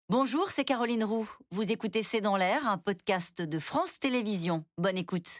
Bonjour, c'est Caroline Roux. Vous écoutez C'est dans l'air, un podcast de France Télévisions. Bonne écoute.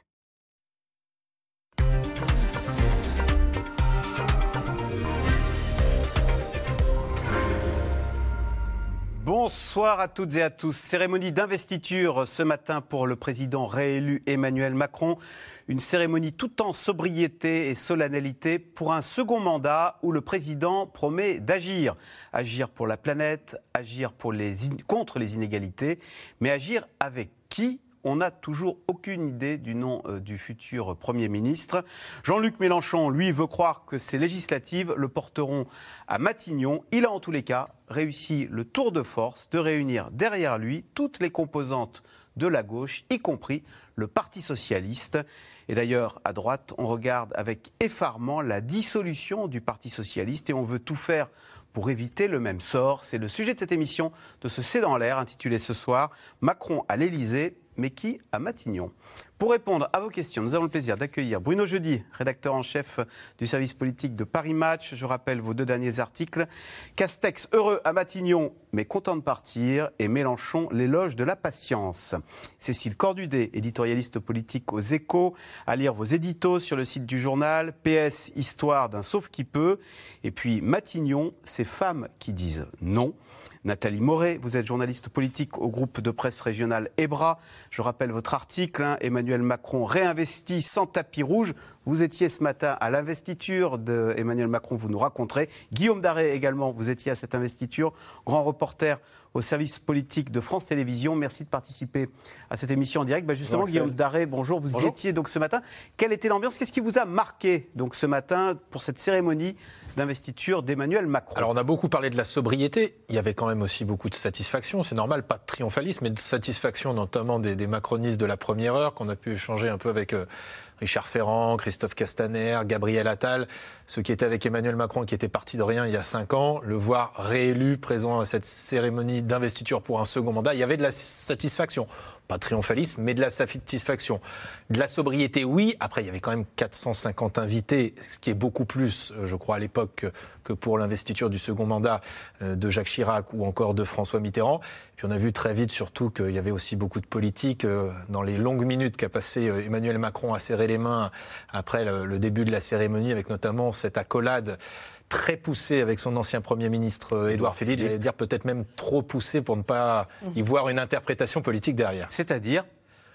Bonsoir à toutes et à tous. Cérémonie d'investiture ce matin pour le président réélu Emmanuel Macron. Une cérémonie tout en sobriété et solennalité pour un second mandat où le président promet d'agir. Agir pour la planète, agir contre les inégalités, mais agir avec qui ? On n'a toujours aucune idée du nom du futur Premier ministre. Jean-Luc Mélenchon, lui, veut croire que ces législatives le porteront à Matignon. Il a en tous les cas réussi le tour de force de réunir derrière lui toutes les composantes de la gauche, y compris le Parti socialiste. Et d'ailleurs, à droite, on regarde avec effarement la dissolution du Parti socialiste et on veut tout faire pour éviter le même sort. C'est le sujet de cette émission, de ce C'est dans l'air, intitulé ce soir « Macron à l'Élysée ». Mais qui à Matignon ? Pour répondre à vos questions, nous avons le plaisir d'accueillir Bruno Jeudi, rédacteur en chef du service politique de Paris Match. Je rappelle vos deux derniers articles. Castex heureux à Matignon, mais content de partir. Et Mélenchon, l'éloge de la patience. Cécile Cordudet, éditorialiste politique aux Échos, à lire vos éditos sur le site du journal. PS, histoire d'un sauf-qui-peut. Et puis Matignon, ces femmes qui disent non. Nathalie Moret, vous êtes journaliste politique au groupe de presse régional EBRA. Je rappelle votre article, Emmanuel Macron réinvesti sans tapis rouge. Vous étiez ce matin à l'investiture d'Emmanuel Macron, vous nous raconterez. Guillaume Daré également, vous étiez à cette investiture, grand reporter au service politique de France Télévisions. Merci de participer à cette émission en direct. Justement, bonjour, Guillaume Daré, bonjour. Vous y étiez donc ce matin. Quelle était l'ambiance ? Qu'est-ce qui vous a marqué donc ce matin pour cette cérémonie d'investiture d'Emmanuel Macron ? Alors, on a beaucoup parlé de la sobriété. Il y avait quand même aussi beaucoup de satisfaction. C'est normal, pas de triomphalisme, mais de satisfaction, notamment des macronistes de la première heure, qu'on a pu échanger un peu avec Richard Ferrand, Christophe Castaner, Gabriel Attal, ceux qui étaient avec Emmanuel Macron, qui étaient partis de rien il y a 5 ans, le voir réélu, présent à cette cérémonie d'investiture pour un second mandat, il y avait de la satisfaction. Pas de triomphalisme, mais de la satisfaction. De la sobriété, oui. Après, il y avait quand même 450 invités, ce qui est beaucoup plus, je crois, à l'époque que pour l'investiture du second mandat de Jacques Chirac ou encore de François Mitterrand. Puis on a vu très vite, surtout, qu'il y avait aussi beaucoup de politique. Dans les longues minutes qu'a passé Emmanuel Macron à serrer les mains après le début de la cérémonie, avec notamment cette accolade très poussé avec son ancien Premier ministre Édouard Philippe, j'allais dire peut-être même trop poussé pour ne pas y voir une interprétation politique derrière. C'est-à-dire ?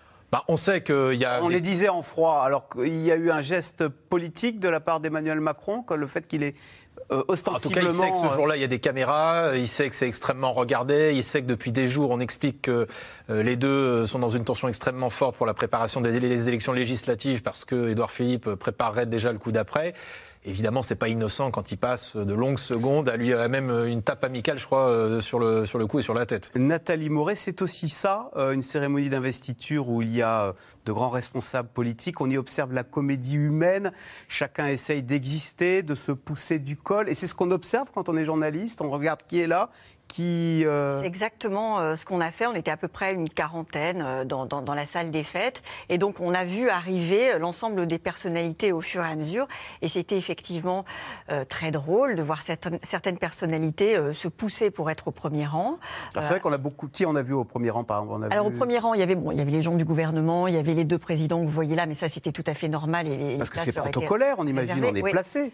On sait qu'il y a... On les disait en froid, alors qu'il y a eu un geste politique de la part d'Emmanuel Macron, le fait qu'il est ostensiblement... En tout cas, il sait que ce jour-là, il y a des caméras, il sait que c'est extrêmement regardé, il sait que depuis des jours, on explique que les deux sont dans une tension extrêmement forte pour la préparation des élections législatives, parce que Édouard Philippe préparerait déjà le coup d'après. Évidemment, c'est pas innocent quand il passe de longues secondes à lui même une tape amicale, je crois, sur le cou et sur la tête. Nathalie Moret, c'est aussi ça, une cérémonie d'investiture où il y a de grands responsables politiques. On y observe la comédie humaine. Chacun essaye d'exister, de se pousser du col. Et c'est ce qu'on observe quand on est journaliste. On regarde qui est là. C'est exactement ce qu'on a fait. On était à peu près une quarantaine dans la salle des fêtes. Et donc, on a vu arriver l'ensemble des personnalités au fur et à mesure. Et c'était effectivement très drôle de voir certaines personnalités se pousser pour être au premier rang. C'est vrai qu'on a beaucoup... Qui on a vu au premier rang, par exemple ? Au premier rang, il y avait les gens du gouvernement, il y avait les 2 présidents que vous voyez là, mais ça, c'était tout à fait normal. Parce que c'est protocolaire, on imagine, on est placé.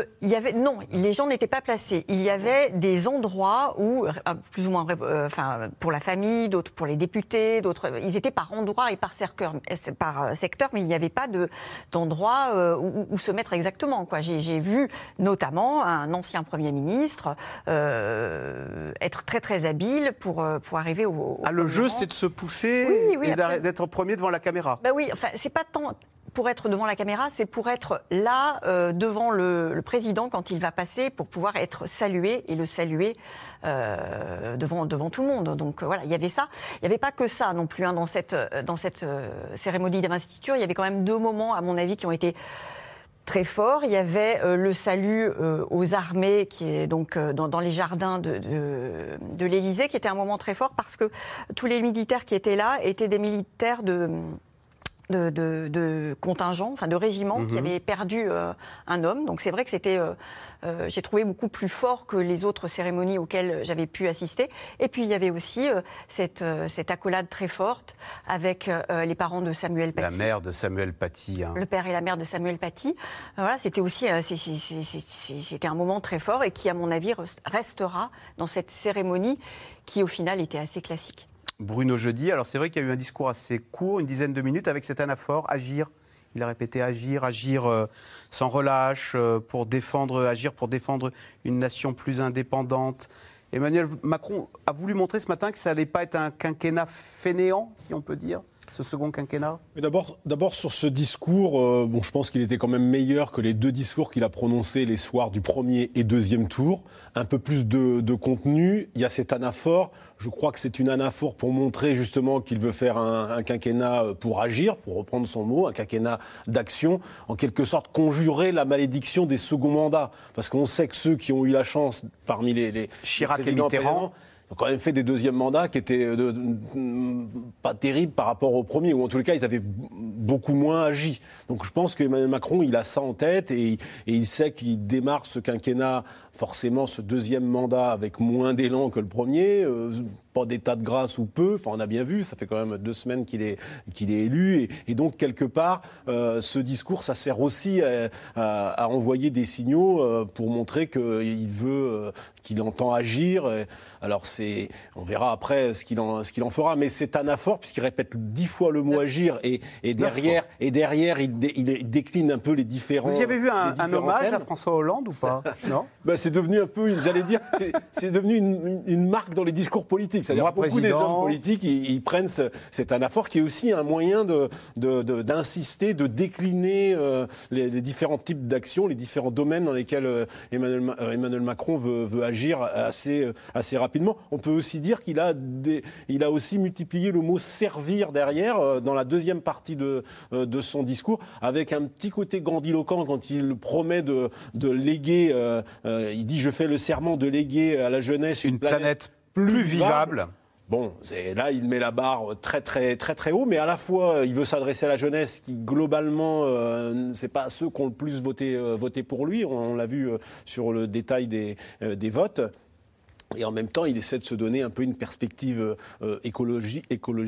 Non, les gens n'étaient pas placés. Il y avait des endroits où, plus ou moins, pour la famille, d'autres pour les députés, d'autres, ils étaient par endroit et par secteur, mais il n'y avait pas d'endroit où se mettre exactement, quoi. J'ai vu notamment un ancien Premier ministre être très très habile pour arriver au le jeu, rang. C'est de se pousser et d'être premier devant la caméra. Oui, c'est pas tant pour être devant la caméra, c'est pour être là devant le président quand il va passer, pour pouvoir être salué et le saluer devant tout le monde. Donc voilà, il y avait ça. Il n'y avait pas que ça non plus dans cette cérémonie d'investiture. Il y avait quand même 2 moments, à mon avis, qui ont été très forts. Il y avait le salut aux armées, qui est donc dans les jardins de l'Élysée, qui était un moment très fort parce que tous les militaires qui étaient là étaient des militaires de contingents, enfin de régiments qui avaient perdu un homme. Donc c'est vrai que c'était, j'ai trouvé beaucoup plus fort que les autres cérémonies auxquelles j'avais pu assister. Et puis il y avait aussi cette accolade très forte avec les parents de Samuel Paty. La mère de Samuel Paty. Le père et la mère de Samuel Paty. Voilà, c'était aussi c'était un moment très fort et qui, à mon avis, restera dans cette cérémonie qui, au final, était assez classique. Bruno Jeudi, alors c'est vrai qu'il y a eu un discours assez court, une dizaine de minutes, avec cet anaphore, agir. Il a répété agir sans relâche, agir pour défendre une nation plus indépendante. Emmanuel Macron a voulu montrer ce matin que ça n'allait pas être un quinquennat fainéant, si on peut dire, ce second quinquennat. Mais d'abord sur ce discours, je pense qu'il était quand même meilleur que les deux discours qu'il a prononcés les soirs du premier et deuxième tour. Un peu plus de contenu. Il y a cet anaphore. Je crois que c'est une anaphore pour montrer justement qu'il veut faire un quinquennat pour agir, pour reprendre son mot, un quinquennat d'action, en quelque sorte conjurer la malédiction des seconds mandats. Parce qu'on sait que ceux qui ont eu la chance, parmi les Chirac et Mitterrand, ont quand même fait des deuxièmes mandats qui étaient pas terribles par rapport au premier, ou en tous les cas, ils avaient beaucoup moins agi. Donc je pense qu'Emmanuel Macron, il a ça en tête et il sait qu'il démarre ce quinquennat, forcément ce deuxième mandat avec moins d'élan que le premier, pas d'état de grâce ou peu, enfin on a bien vu, ça fait quand même 2 semaines qu'il est élu, et donc quelque part, ce discours, ça sert aussi à envoyer des signaux pour montrer qu'il entend agir. Alors on verra après ce qu'il en fera, mais c'est anaphore puisqu'il répète 10 fois le mot agir et derrière il décline un peu les différents. Vous y avez vu un hommage thèmes. à François Hollande ou pas? Non. C'est devenu un peu, j'allais dire, c'est devenu une marque dans les discours politiques. C'est-à-dire beaucoup des hommes politiques, ils prennent cet anaphore qui est aussi un moyen d'insister, de décliner les différents types d'actions, les différents domaines dans lesquels Emmanuel Macron veut agir assez rapidement. On peut aussi dire qu'il a aussi multiplié le mot servir derrière dans la deuxième partie de son discours, avec un petit côté grandiloquent quand il promet de léguer, il dit je fais le serment de léguer à la jeunesse une planète plus vivable. Bon, là, il met la barre très, très, très, très haut, mais à la fois, il veut s'adresser à la jeunesse qui, globalement, c'est pas ceux qui ont le plus voté pour lui. On l'a vu sur le détail des votes. Et en même temps, il essaie de se donner un peu une perspective écologique,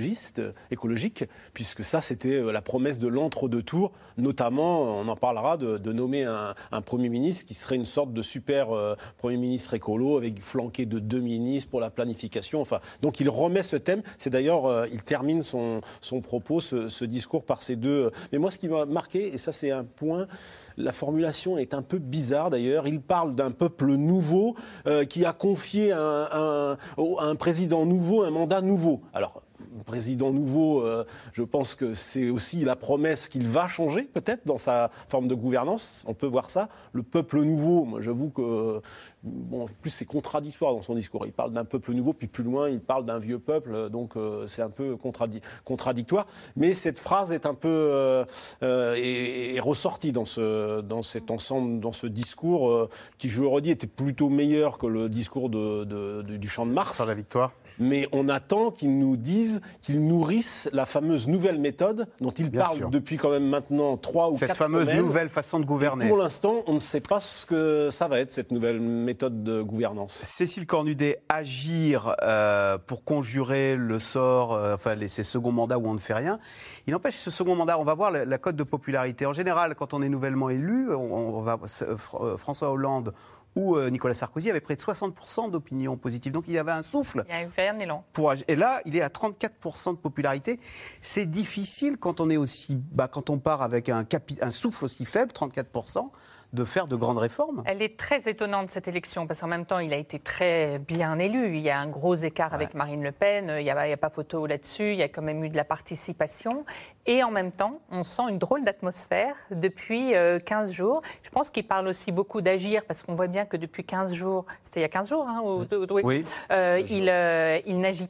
puisque ça, c'était la promesse de l'entre-deux tours, notamment, on en parlera, de nommer un Premier ministre qui serait une sorte de super Premier ministre écolo, avec flanqué de 2 ministres pour la planification. Enfin, donc il remet ce thème. C'est d'ailleurs, il termine son propos, ce discours, par ces deux. Mais moi, ce qui m'a marqué, et ça c'est un point, la formulation est un peu bizarre d'ailleurs. Il parle d'un peuple nouveau qui a confié à un président nouveau un mandat nouveau. Alors, président nouveau, je pense que c'est aussi la promesse qu'il va changer, peut-être, dans sa forme de gouvernance. On peut voir ça. Le peuple nouveau, moi, j'avoue que, en plus, c'est contradictoire dans son discours. Il parle d'un peuple nouveau, puis plus loin, il parle d'un vieux peuple, donc c'est un peu contradictoire. Mais cette phrase est un peu est ressortie dans cet ensemble, dans ce discours, qui, je le redis, était plutôt meilleur que le discours du Champ de Mars. Sur la victoire. Mais on attend qu'ils nous disent, qu'ils nourrissent la fameuse nouvelle méthode dont ils parlent depuis quand même maintenant 3 ou 4 semaines. Cette fameuse nouvelle façon de gouverner. Et pour l'instant, on ne sait pas ce que ça va être, cette nouvelle méthode de gouvernance. Cécile Cornudet, agir pour conjurer le sort, ces seconds mandats où on ne fait rien. Il n'empêche, ce second mandat, on va voir la cote de popularité. En général, quand on est nouvellement élu, François Hollande où Nicolas Sarkozy avait près de 60% d'opinion positive. Donc il y avait un souffle. Il y a eu un élan. Et là, il est à 34% de popularité. C'est difficile quand on est quand on part avec un souffle aussi faible, 34%, de faire de grandes réformes. Elle est très étonnante, cette élection, parce qu'en même temps, il a été très bien élu. Il y a un gros écart avec Marine Le Pen, il n'y a pas photo là-dessus, il y a quand même eu de la participation. Et en même temps, on sent une drôle d'atmosphère depuis 15 jours. Je pense qu'il parle aussi beaucoup d'agir, parce qu'on voit bien que depuis 15 jours, c'était il y a 15 jours, hein, oui. Il n'agit pas.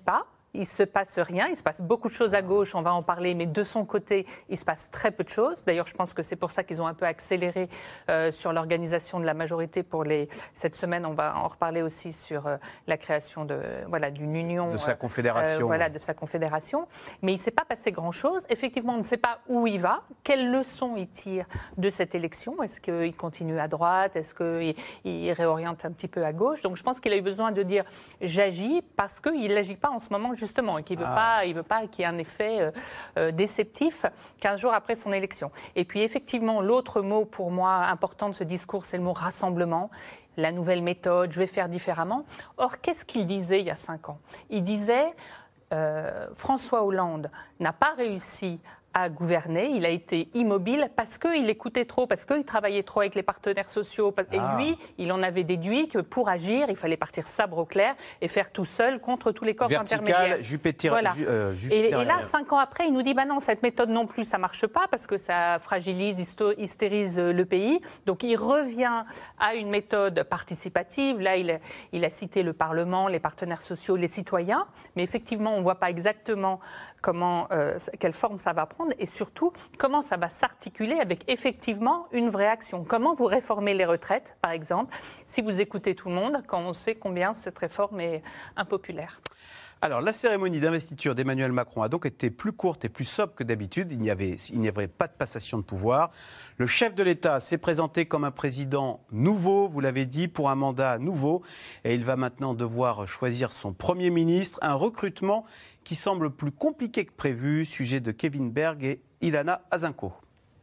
il ne se passe rien. Il se passe beaucoup de choses à gauche, on va en parler, mais de son côté, il se passe très peu de choses. D'ailleurs, je pense que c'est pour ça qu'ils ont un peu accéléré sur l'organisation de la majorité pour cette semaine. On va en reparler aussi sur la création d'une union. De sa confédération. De sa confédération. Mais il ne s'est pas passé grand-chose. Effectivement, on ne sait pas où il va, quelles leçons il tire de cette élection. Est-ce qu'il continue à droite? Est-ce qu'il réoriente un petit peu à gauche? Donc je pense qu'il a eu besoin de dire « j'agis » parce qu'il n'agit pas en ce moment justement et qu'il ne veut pas qu'il y ait un effet déceptif 15 jours après son élection. Et puis effectivement, l'autre mot pour moi important de ce discours, c'est le mot « rassemblement ». La nouvelle méthode, je vais faire différemment. Or, qu'est-ce qu'il disait il y a 5 ans? Il disait François Hollande n'a pas réussi à gouverner, il a été immobile parce qu'il écoutait trop, parce qu'il travaillait trop avec les partenaires sociaux. Et lui, il en avait déduit que pour agir, il fallait partir sabre au clair et faire tout seul contre tous les corps intermédiaires. Voilà. Et là, 5 ans après, il nous dit non, cette méthode non plus, ça ne marche pas parce que ça fragilise, hystérise le pays. Donc il revient à une méthode participative. Là, il a cité le Parlement, les partenaires sociaux, les citoyens. Mais effectivement, on ne voit pas exactement quelle forme ça va prendre et surtout comment ça va s'articuler avec effectivement une vraie action. Comment vous réformez les retraites, par exemple, si vous écoutez tout le monde, quand on sait combien cette réforme est impopulaire. Alors, la cérémonie d'investiture d'Emmanuel Macron a donc été plus courte et plus sobre que d'habitude. Il n'y avait pas de passation de pouvoir. Le chef de l'État s'est présenté comme un président nouveau, vous l'avez dit, pour un mandat nouveau. Et il va maintenant devoir choisir son Premier ministre. Un recrutement qui semble plus compliqué que prévu. Sujet de Kevin Berg et Ilana Azinko.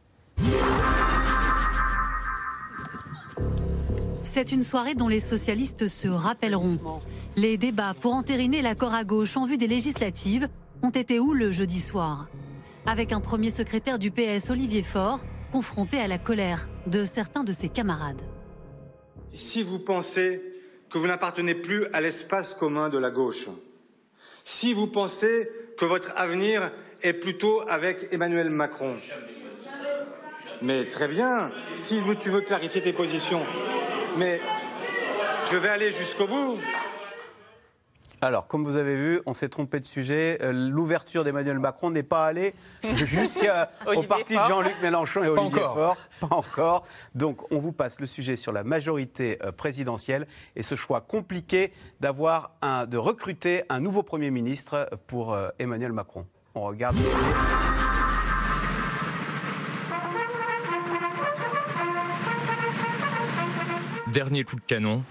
C'est une soirée dont les socialistes se rappelleront. Les débats pour entériner l'accord à gauche en vue des législatives ont été houleux jeudi soir. Avec un premier secrétaire du PS, Olivier Faure, confronté à la colère de certains de ses camarades. Si vous pensez que vous n'appartenez plus à l'espace commun de la gauche, si vous pensez que votre avenir est plutôt avec Emmanuel Macron, mais très bien, si tu veux clarifier tes positions, mais je vais aller jusqu'au bout. Alors, comme vous avez vu, on s'est trompé de sujet. L'ouverture d'Emmanuel Macron n'est pas allée jusqu'au parti de Jean-Luc Mélenchon et Olivier Faure. Pas encore. Donc, on vous passe le sujet sur la majorité présidentielle et ce choix compliqué de recruter un nouveau Premier ministre pour Emmanuel Macron. On regarde. Dernier coup de canon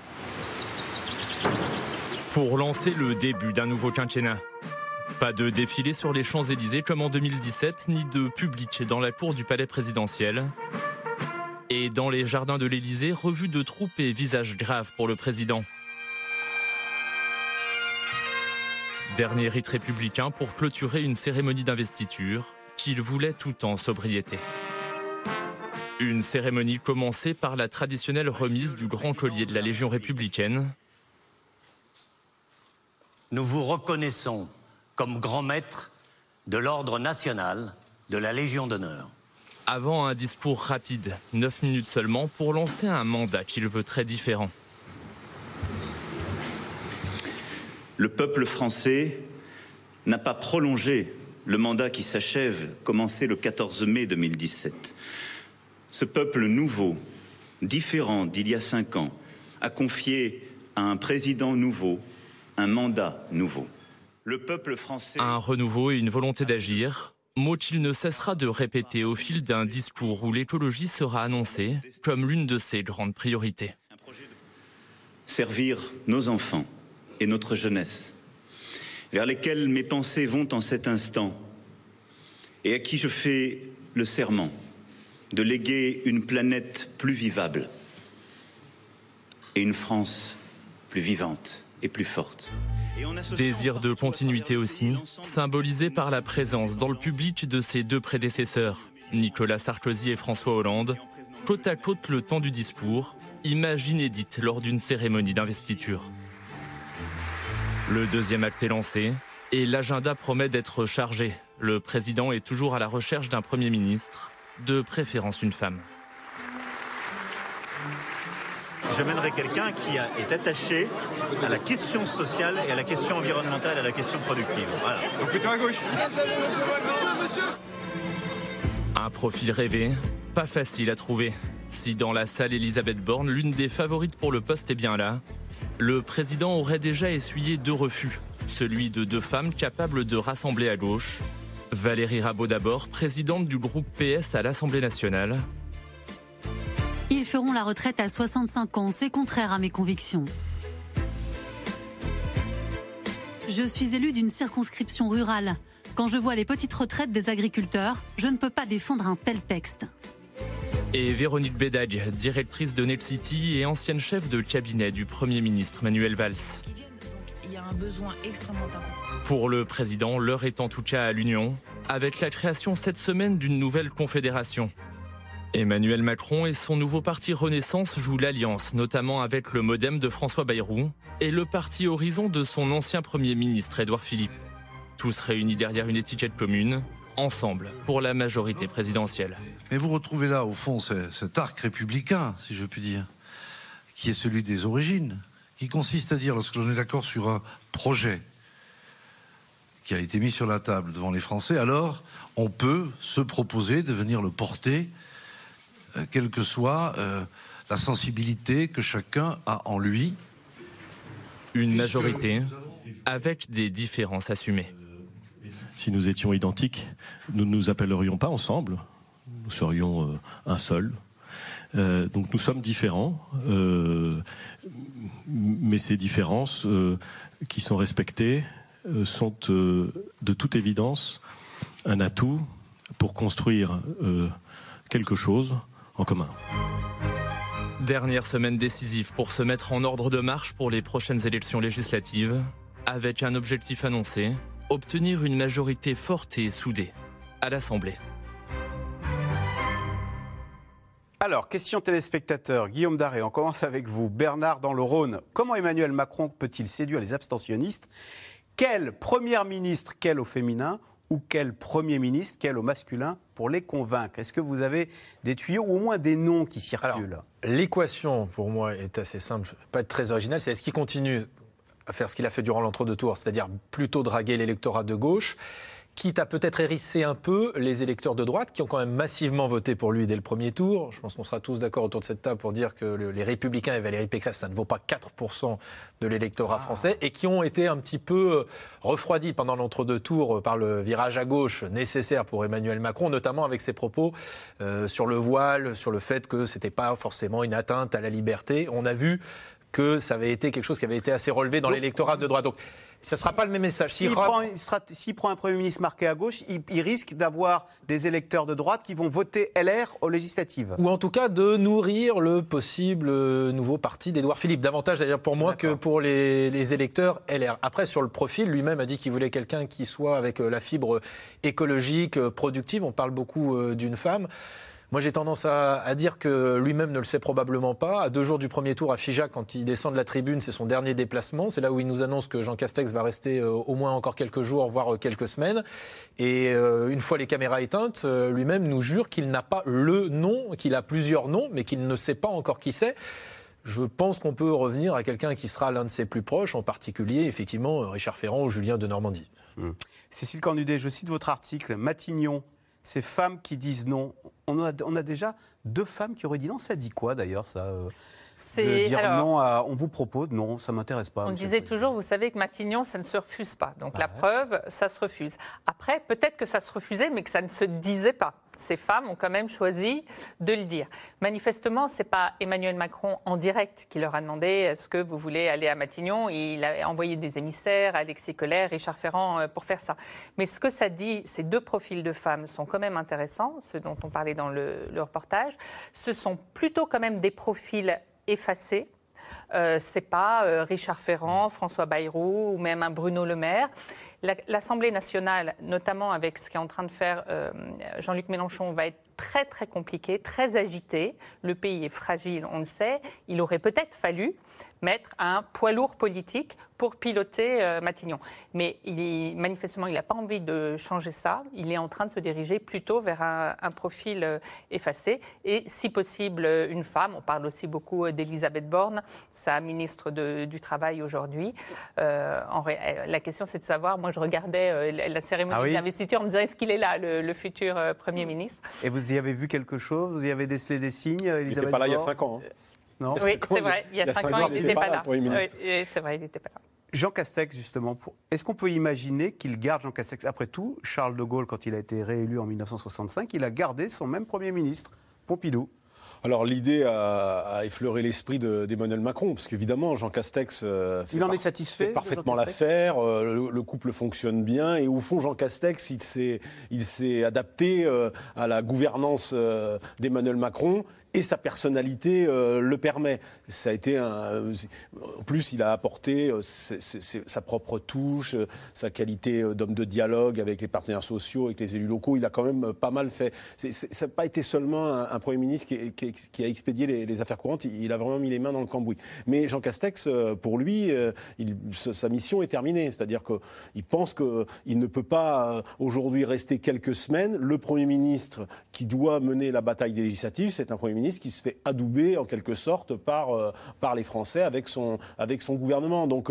pour lancer le début d'un nouveau quinquennat. Pas de défilé sur les Champs-Élysées comme en 2017, ni de public dans la cour du palais présidentiel. Et dans les jardins de l'Élysée, revue de troupes et visages graves pour le président. Dernier rite républicain pour clôturer une cérémonie d'investiture qu'il voulait tout en sobriété. Une cérémonie commencée par la traditionnelle remise du grand collier de la Légion républicaine. Nous vous reconnaissons comme grand maître de l'ordre national de la Légion d'honneur. Avant un discours rapide, 9 minutes seulement, pour lancer un mandat qu'il veut très différent. Le peuple français n'a pas prolongé le mandat qui s'achève, commencé le 14 mai 2017. Ce peuple nouveau, différent d'il y a 5 ans, a confié à un président nouveau un mandat nouveau. Le peuple français... Un renouveau et une volonté d'agir, mot qu'il ne cessera de répéter au fil d'un discours où l'écologie sera annoncée comme l'une de ses grandes priorités. Servir nos enfants et notre jeunesse, vers lesquels mes pensées vont en cet instant, et à qui je fais le serment de léguer une planète plus vivable et une France plus vivante et plus forte. Désir de continuité aussi, symbolisé par la présence dans le public de ses 2 prédécesseurs, Nicolas Sarkozy et François Hollande, côte à côte le temps du discours, image inédite lors d'une cérémonie d'investiture. Le deuxième acte est lancé et l'agenda promet d'être chargé. Le président est toujours à la recherche d'un Premier ministre, de préférence une femme. je mènerai quelqu'un qui est attaché à la question sociale et à la question environnementale et à la question productive. Voilà. Donc plutôt à gauche. Un profil rêvé, pas facile à trouver. Si dans la salle Elisabeth Borne, l'une des favorites pour le poste est bien là, le président aurait déjà essuyé 2 refus. Celui de 2 femmes capables de rassembler à gauche. Valérie Rabault d'abord, présidente du groupe PS à l'Assemblée nationale. Ils feront la retraite à 65 ans, c'est contraire à mes convictions. Je suis élue d'une circonscription rurale. Quand je vois les petites retraites des agriculteurs, je ne peux pas défendre un tel texte. Et Véronique Bédague, directrice de Net City et ancienne chef de cabinet du Premier ministre Manuel Valls. Il y a un besoin extrêmement important. Pour le président, l'heure est en tout cas à l'union, avec la création cette semaine d'une nouvelle confédération. Emmanuel Macron et son nouveau parti Renaissance jouent l'alliance, notamment avec le MoDem de François Bayrou et le parti Horizon de son ancien Premier ministre Édouard Philippe. Tous réunis derrière une étiquette commune, ensemble pour la majorité présidentielle. Mais vous retrouvez là, au fond, cet arc républicain, si je puis dire, qui est celui des origines, qui consiste à dire, lorsque l'on est d'accord sur un projet qui a été mis sur la table devant les Français, alors on peut se proposer de venir le porter, quelle que soit la sensibilité que chacun a en lui. Une majorité avec des différences assumées. Si nous étions identiques, nous ne nous appellerions pas ensemble, nous serions un seul. Donc nous sommes différents, mais ces différences qui sont respectées sont de toute évidence un atout pour construire quelque chose en commun. Dernière semaine décisive pour se mettre en ordre de marche pour les prochaines élections législatives, avec un objectif annoncé, obtenir une majorité forte et soudée à l'Assemblée. Alors, question téléspectateur, Guillaume Daré, on commence avec vous. Bernard dans le Rhône, comment Emmanuel Macron peut-il séduire les abstentionnistes ? Quelle première ministre, quelle au féminin, ou quel premier ministre, quel au masculin, pour les convaincre ? Est-ce que vous avez des tuyaux ou au moins des noms qui circulent ? Alors, l'équation, pour moi, est assez simple, pas être très originale, c'est est-ce qu'il continue à faire ce qu'il a fait durant l'entre-deux tours, c'est-à-dire plutôt draguer l'électorat de gauche, quitte à peut-être hérisser un peu les électeurs de droite qui ont quand même massivement voté pour lui dès le premier tour. Je pense qu'on sera tous d'accord autour de cette table pour dire que les Républicains et Valérie Pécresse, ça ne vaut pas 4% de l'électorat français et qui ont été un petit peu refroidis pendant l'entre-deux tours par le virage à gauche nécessaire pour Emmanuel Macron, notamment avec ses propos sur le voile, sur le fait que c'était pas forcément une atteinte à la liberté. On a vu que ça avait été quelque chose qui avait été assez relevé dans l'électorat de droite. Donc, ça ne sera pas le même message. S'il prend un Premier ministre marqué à gauche, il risque d'avoir des électeurs de droite qui vont voter LR aux législatives. Ou en tout cas de nourrir le possible nouveau parti d'Édouard Philippe. Davantage d'ailleurs pour moi que pour les électeurs LR. Après, sur le profil, lui-même a dit qu'il voulait quelqu'un qui soit avec la fibre écologique, productive. On parle beaucoup d'une femme. Moi, j'ai tendance à dire que lui-même ne le sait probablement pas. À 2 jours du premier tour à Figeac, quand il descend de la tribune, c'est son dernier déplacement. C'est là où il nous annonce que Jean Castex va rester au moins encore quelques jours, voire quelques semaines. Et une fois les caméras éteintes, lui-même nous jure qu'il n'a pas le nom, qu'il a plusieurs noms, mais qu'il ne sait pas encore qui c'est. Je pense qu'on peut revenir à quelqu'un qui sera l'un de ses plus proches, en particulier, effectivement, Richard Ferrand ou Julien Denormandie. Cécile Cornudet, je cite votre article, Matignon, ces femmes qui disent non. On a déjà 2 femmes qui auraient dit non. Ça dit quoi d'ailleurs, ça de dire non à on vous propose, non, ça ne m'intéresse pas. On disait toujours, vous savez que Matignon, ça ne se refuse pas. Donc la preuve, ça se refuse. Après, peut-être que ça se refusait, mais que ça ne se disait pas. Ces femmes ont quand même choisi de le dire. Manifestement, ce n'est pas Emmanuel Macron en direct qui leur a demandé « Est-ce que vous voulez aller à Matignon ?» Il a envoyé des émissaires, Alexis Kohler, Richard Ferrand, pour faire ça. Mais ce que ça dit, ces 2 profils de femmes sont quand même intéressants, ceux dont on parlait dans le reportage. Ce sont plutôt quand même des profils effacés. C'est pas Richard Ferrand, François Bayrou ou même un Bruno Le Maire. L'Assemblée nationale, notamment avec ce qu'est en train de faire Jean-Luc Mélenchon, va être très très compliqué, très agité. Le pays est fragile, on le sait. Il aurait peut-être fallu mettre un poids lourd politique pour piloter Matignon. Mais manifestement, il n'a pas envie de changer ça. Il est en train de se diriger plutôt vers un profil effacé. Et si possible, une femme. On parle aussi beaucoup d'Elisabeth Borne, sa ministre du Travail aujourd'hui. La question, c'est de savoir, moi je regardais la cérémonie d'investiture en me disant, est-ce qu'il est là, le futur Premier ministre? Et vous y avez vu quelque chose? Vous y avez décelé des signes, Elisabeth Borne? Il n'était pas là il y a 5 ans. Non. Oui, c'est vrai. Il y a 5 ans, il n'était pas là. Oui, c'est vrai, il n'était pas là. Jean Castex, justement, est-ce qu'on peut imaginer qu'il garde Jean Castex? Après tout, Charles de Gaulle, quand il a été réélu en 1965, il a gardé son même Premier ministre, Pompidou. Alors l'idée a effleuré l'esprit d'Emmanuel Macron, parce qu'évidemment Jean Castex il en est satisfait, fait parfaitement l'affaire, le couple fonctionne bien, et au fond Jean Castex il s'est adapté à la gouvernance d'Emmanuel Macron. Et sa personnalité le permet. Ça a été en plus, il a apporté sa propre touche, sa qualité d'homme de dialogue avec les partenaires sociaux, avec les élus locaux. Il a quand même pas mal fait. Ça n'a pas été seulement un Premier ministre qui a expédié les affaires courantes. Il a vraiment mis les mains dans le cambouis. Mais Jean Castex, pour lui, sa mission est terminée. C'est-à-dire qu'il pense qu'il ne peut pas aujourd'hui rester quelques semaines. Le Premier ministre qui doit mener la bataille des législatives, c'est un Premier ministre qui se fait adouber en quelque sorte par les Français avec son gouvernement. Donc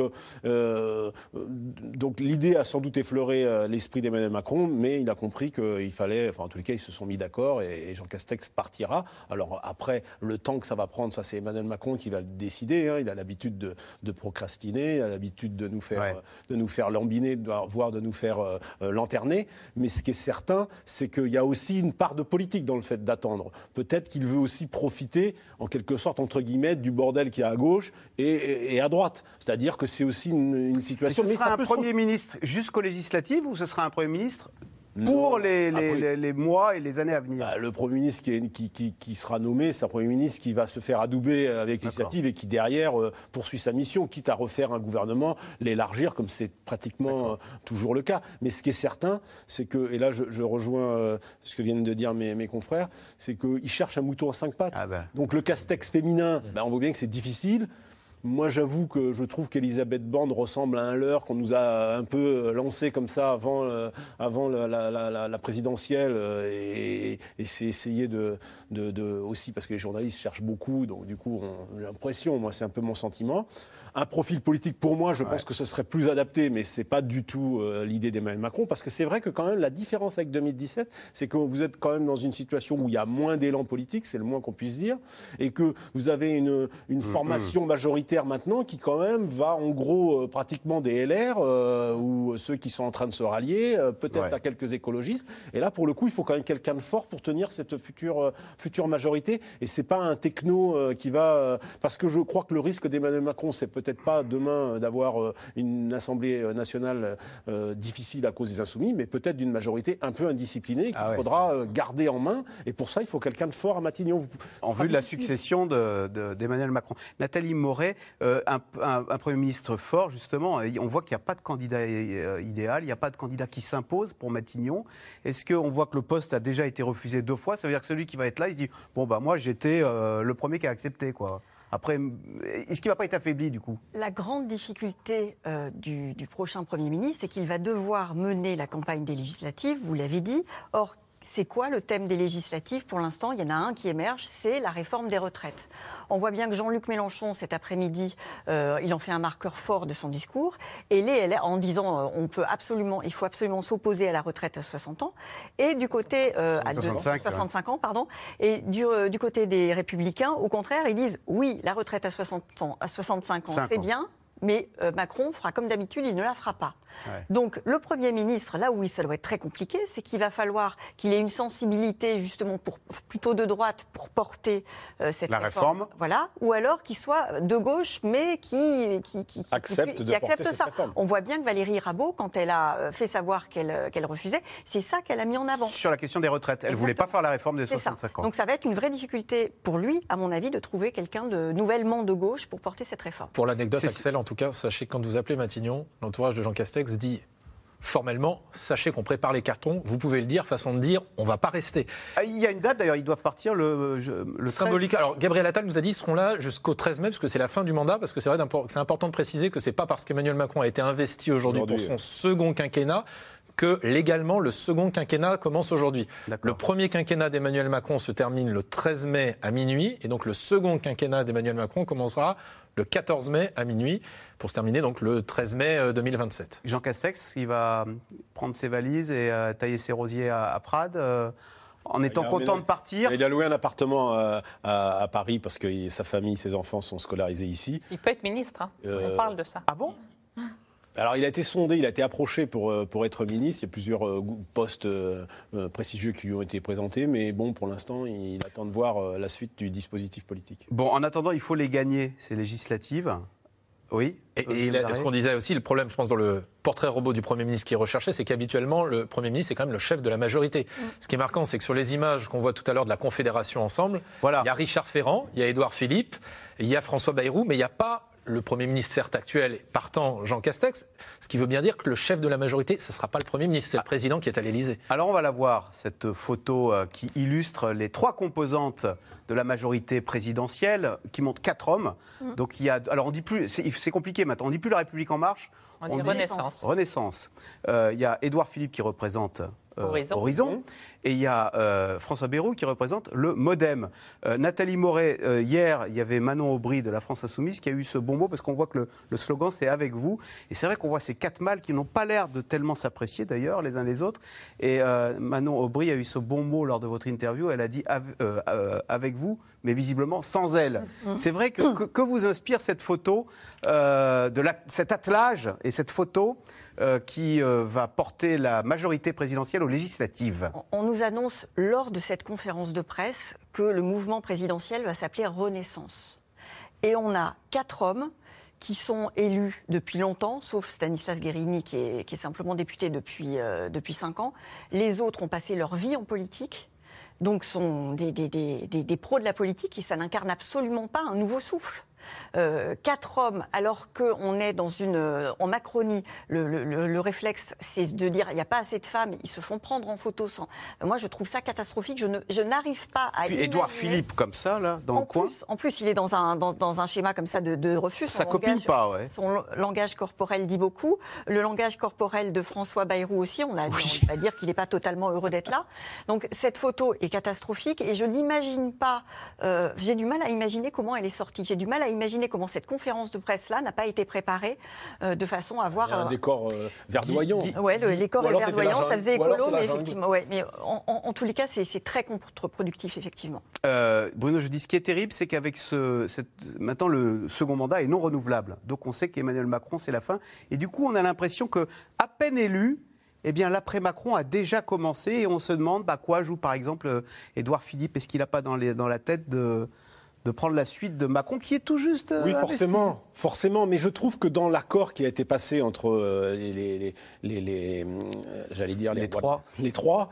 l'idée a sans doute effleuré l'esprit d'Emmanuel Macron, mais il a compris qu'il fallait, enfin en tous les cas ils se sont mis d'accord et Jean Castex partira. Alors après, le temps que ça va prendre, ça c'est Emmanuel Macron qui va le décider, hein. Il a l'habitude de procrastiner, il a l'habitude de nous faire lambiner, voire de nous faire lanterner, mais ce qui est certain, c'est qu'il y a aussi une part de politique dans le fait d'attendre. Peut-être qu'il veut aussi profiter, en quelque sorte, entre guillemets, du bordel qu'il y a à gauche et à droite. C'est-à-dire que c'est aussi une situation... Mais ce sera un Premier ministre jusqu'aux législatives ou ce sera un Premier ministre pour les mois et les années à venir? Le Premier ministre qui sera nommé, c'est un Premier ministre qui va se faire adouber avec l'initiative et qui, derrière, poursuit sa mission, quitte à refaire un gouvernement, l'élargir, comme c'est pratiquement toujours le cas. Mais ce qui est certain, c'est que, et là je rejoins ce que viennent de dire mes confrères, c'est qu'il cherche un mouton à 5 pattes. Donc le Castex féminin, on voit bien que c'est difficile. Moi, j'avoue que je trouve qu'Elisabeth Borne ressemble à un leurre qu'on nous a un peu lancé comme ça avant la présidentielle et c'est essayer de aussi, parce que les journalistes cherchent beaucoup, donc du coup, j'ai l'impression, moi, c'est un peu mon sentiment. Un profil politique, pour moi, je pense que ce serait plus adapté, mais c'est pas du tout l'idée d'Emmanuel Macron, parce que c'est vrai que quand même, la différence avec 2017, c'est que vous êtes quand même dans une situation où il y a moins d'élan politique, c'est le moins qu'on puisse dire, et que vous avez une formation majoritaire maintenant qui quand même va en gros pratiquement des LR ou ceux qui sont en train de se rallier, peut-être à quelques écologistes. Et là, pour le coup, il faut quand même quelqu'un de fort pour tenir cette future majorité. Et c'est pas un techno qui va... parce que je crois que le risque d'Emmanuel Macron, c'est peut-être pas demain d'avoir une Assemblée nationale difficile à cause des Insoumis, mais peut-être d'une majorité un peu indisciplinée qu'il faudra garder en main. Et pour ça, il faut quelqu'un de fort à Matignon. En vue de la succession d'Emmanuel Macron. Nathalie Moret, un Premier ministre fort, justement, on voit qu'il n'y a pas de candidat idéal, il n'y a pas de candidat qui s'impose pour Matignon. Est-ce qu'on voit que le poste a déjà été refusé 2 fois? Ça veut dire que celui qui va être là, il se dit « Bon, bah moi, j'étais le premier qui a accepté, quoi ». Après, est-ce qu'il ne va pas être affaibli, du coup? La grande difficulté du prochain Premier ministre, c'est qu'il va devoir mener la campagne des législatives, vous l'avez dit. Or, c'est quoi le thème des législatives? Pour l'instant, il y en a un qui émerge, c'est la réforme des retraites. On voit bien que Jean-Luc Mélenchon, cet après-midi, il en fait un marqueur fort de son discours, et les LR, en disant il faut absolument s'opposer à la retraite à 60 ans, et du côté à 65 ans, pardon, et du côté des Républicains, au contraire, ils disent oui, la retraite à 65 ans, c'est bien. Mais Macron fera comme d'habitude, il ne la fera pas. Donc le Premier ministre, là où ça doit être très compliqué, c'est qu'il va falloir qu'il ait une sensibilité justement plutôt de droite pour porter cette réforme. Voilà, ou alors qu'il soit de gauche, mais qui accepte ça. Réforme. On voit bien que Valérie Rabault, quand elle a fait savoir qu'elle refusait, c'est ça qu'elle a mis en avant. Sur la question des retraites, elle ne voulait pas faire la réforme des 65 ans. Donc ça va être une vraie difficulté pour lui, à mon avis, de trouver quelqu'un de nouvellement de gauche pour porter cette réforme. Pour l'anecdote, Axel, en tout cas, sachez que quand vous appelez Matignon, l'entourage de Jean Castex dit formellement, sachez qu'on prépare les cartons. Vous pouvez le dire, façon de dire, on ne va pas rester. Il y a une date d'ailleurs, ils doivent partir le 13. Symbolique. Alors, Gabriel Attal nous a dit qu'ils seront là jusqu'au 13 mai, parce que c'est la fin du mandat, parce que c'est vrai que c'est important de préciser que ce n'est pas parce qu'Emmanuel Macron a été investi aujourd'hui pour son second quinquennat que légalement le second quinquennat commence aujourd'hui. Le premier quinquennat d'Emmanuel Macron se termine le 13 mai à minuit, et donc le second quinquennat d'Emmanuel Macron commencera le 14 mai à minuit, pour se terminer donc le 13 mai 2027. Jean Castex, il va prendre ses valises et tailler ses rosiers à Prades en étant content de partir. Il a loué un appartement à Paris parce que sa famille, ses enfants sont scolarisés ici. Il peut être ministre, hein. On parle de ça. Ah bon ? Alors, il a été sondé, il a été approché pour être ministre. Il y a plusieurs postes prestigieux qui lui ont été présentés. Mais bon, pour l'instant, il attend de voir la suite du dispositif politique. Bon, en attendant, il faut les gagner, ces législatives. Oui. Et ce qu'on disait aussi, le problème, je pense, dans le portrait robot du Premier ministre qui est recherché, c'est qu'habituellement, le Premier ministre est quand même le chef de la majorité. Ce qui est marquant, c'est que sur les images qu'on voit tout à l'heure de la Confédération Ensemble, il y a Richard Ferrand, il y a Édouard Philippe, il y a François Bayrou, mais il n'y a pas le Premier ministre, certes actuel, partant Jean Castex, ce qui veut bien dire que le chef de la majorité, ce ne sera pas le Premier ministre, c'est le président qui est à l'Élysée. Alors on va la voir, cette photo qui illustre les 3 composantes de la majorité présidentielle, qui montre 4 hommes. Donc il y a, alors on dit plus, c'est compliqué maintenant, on ne dit plus la République En Marche, on dit Renaissance. Renaissance. Il y a Édouard Philippe qui représente Horizon. Et il y a François Bayrou qui représente le MoDem. Nathalie Moret, hier, il y avait Manon Aubry de la France Insoumise qui a eu ce bon mot, parce qu'on voit que le slogan, c'est « Avec vous ». Et c'est vrai qu'on voit ces 4 mâles qui n'ont pas l'air de tellement s'apprécier, d'ailleurs, les uns les autres. Et Manon Aubry a eu ce bon mot lors de votre interview. Elle a dit avec vous », mais visiblement sans elle. C'est vrai que vous inspire cette photo, cet attelage et cette photo qui va porter la majorité présidentielle aux législatives. On nous annonce lors de cette conférence de presse que le mouvement présidentiel va s'appeler Renaissance. Et on a 4 hommes qui sont élus depuis longtemps, sauf Stanislas Guerini qui est simplement député depuis 5 ans. Les autres ont passé leur vie en politique, donc sont des pros de la politique, et ça n'incarne absolument pas un nouveau souffle. 4 hommes, alors qu'on est en Macronie, le réflexe, c'est de dire il n'y a pas assez de femmes, ils se font prendre en photo sans. Moi, je trouve ça catastrophique. Je n'arrive pas à. Puis Édouard Philippe, comme ça, là, dans le coin. En plus, il est dans un schéma comme ça de refus. Ça copine pas, ouais. Son langage corporel dit beaucoup. Le langage corporel de François Bayrou aussi, on va dire qu'il n'est pas totalement heureux d'être là. Donc, cette photo est catastrophique et je n'imagine pas. J'ai du mal à imaginer comment elle est sortie. J'ai du mal à imaginer comment cette conférence de presse-là n'a pas été préparée de façon à avoir... un décor verdoyant. Oui, le décor est verdoyant, ça faisait écolo, mais effectivement... Ouais, mais en tous les cas, c'est très contre-productif, effectivement. Bruno, je dis, ce qui est terrible, c'est qu'avec maintenant, le second mandat est non renouvelable. Donc on sait qu'Emmanuel Macron, c'est la fin. Et du coup, on a l'impression qu'à peine élu, eh bien, l'après-Macron a déjà commencé et on se demande quoi joue, par exemple, Édouard Philippe. Est-ce qu'il n'a pas dans la tête de prendre la suite de Macron, qui est tout juste Oui, forcément. Mais je trouve que dans l'accord qui a été passé entre les trois, il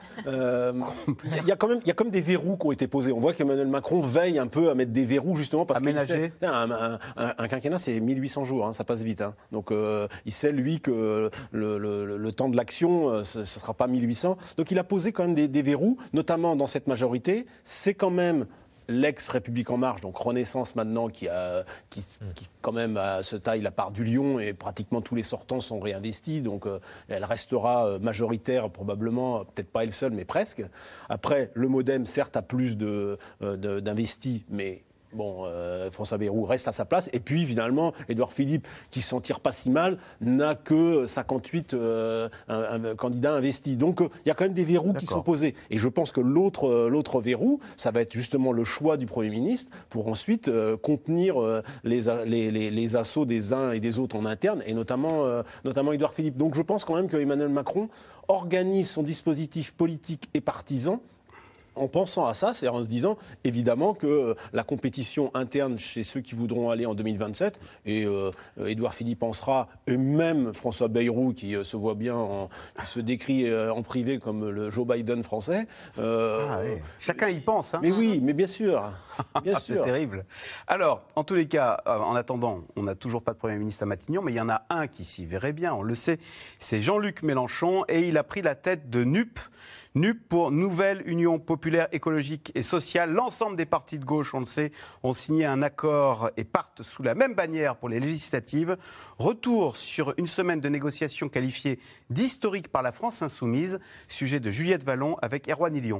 y a quand même des verrous qui ont été posés. On voit qu'Emmanuel Macron veille un peu à mettre des verrous, justement, parce aménager. Un quinquennat, c'est 1800 jours, ça passe vite. Donc, il sait, lui, que le temps de l'action, ce ne sera pas 1800. Donc, il a posé quand même des verrous, notamment dans cette majorité. C'est quand même l'ex-République En Marche, donc Renaissance maintenant, qui quand même se taille la part du lion et pratiquement tous les sortants sont réinvestis, donc elle restera majoritaire probablement, peut-être pas elle seule, mais presque. Après, le MoDem, certes, a plus d'investis, mais... Bon, François Bayrou reste à sa place. Et puis, finalement, Édouard Philippe, qui s'en tire pas si mal, n'a que 58 candidats investis. Donc, il y a quand même des verrous qui sont posés. Et je pense que l'autre verrou, ça va être justement le choix du Premier ministre pour ensuite contenir les assauts des uns et des autres en interne, et notamment Édouard Philippe. Donc, je pense quand même que Emmanuel Macron organise son dispositif politique et partisan en pensant à ça, c'est-à-dire en se disant évidemment que la compétition interne chez ceux qui voudront aller en 2027, et Édouard Philippe en sera, et même François Bayrou qui se voit bien, qui se décrit en privé comme le Joe Biden français. Oui. Chacun y pense. Hein. Mais oui, mais bien sûr. Bien sûr. C'est terrible. Alors, en tous les cas, en attendant, on n'a toujours pas de Premier ministre à Matignon, mais il y en a un qui s'y verrait bien, on le sait, c'est Jean-Luc Mélenchon, et il a pris la tête de NUP. NUP pour Nouvelle Union Populaire Écologique et Sociale. L'ensemble des partis de gauche, on le sait, ont signé un accord et partent sous la même bannière pour les législatives. Retour sur une semaine de négociations qualifiées d'historique par la France Insoumise. Sujet de Juliette Vallon avec Erwan Ilion.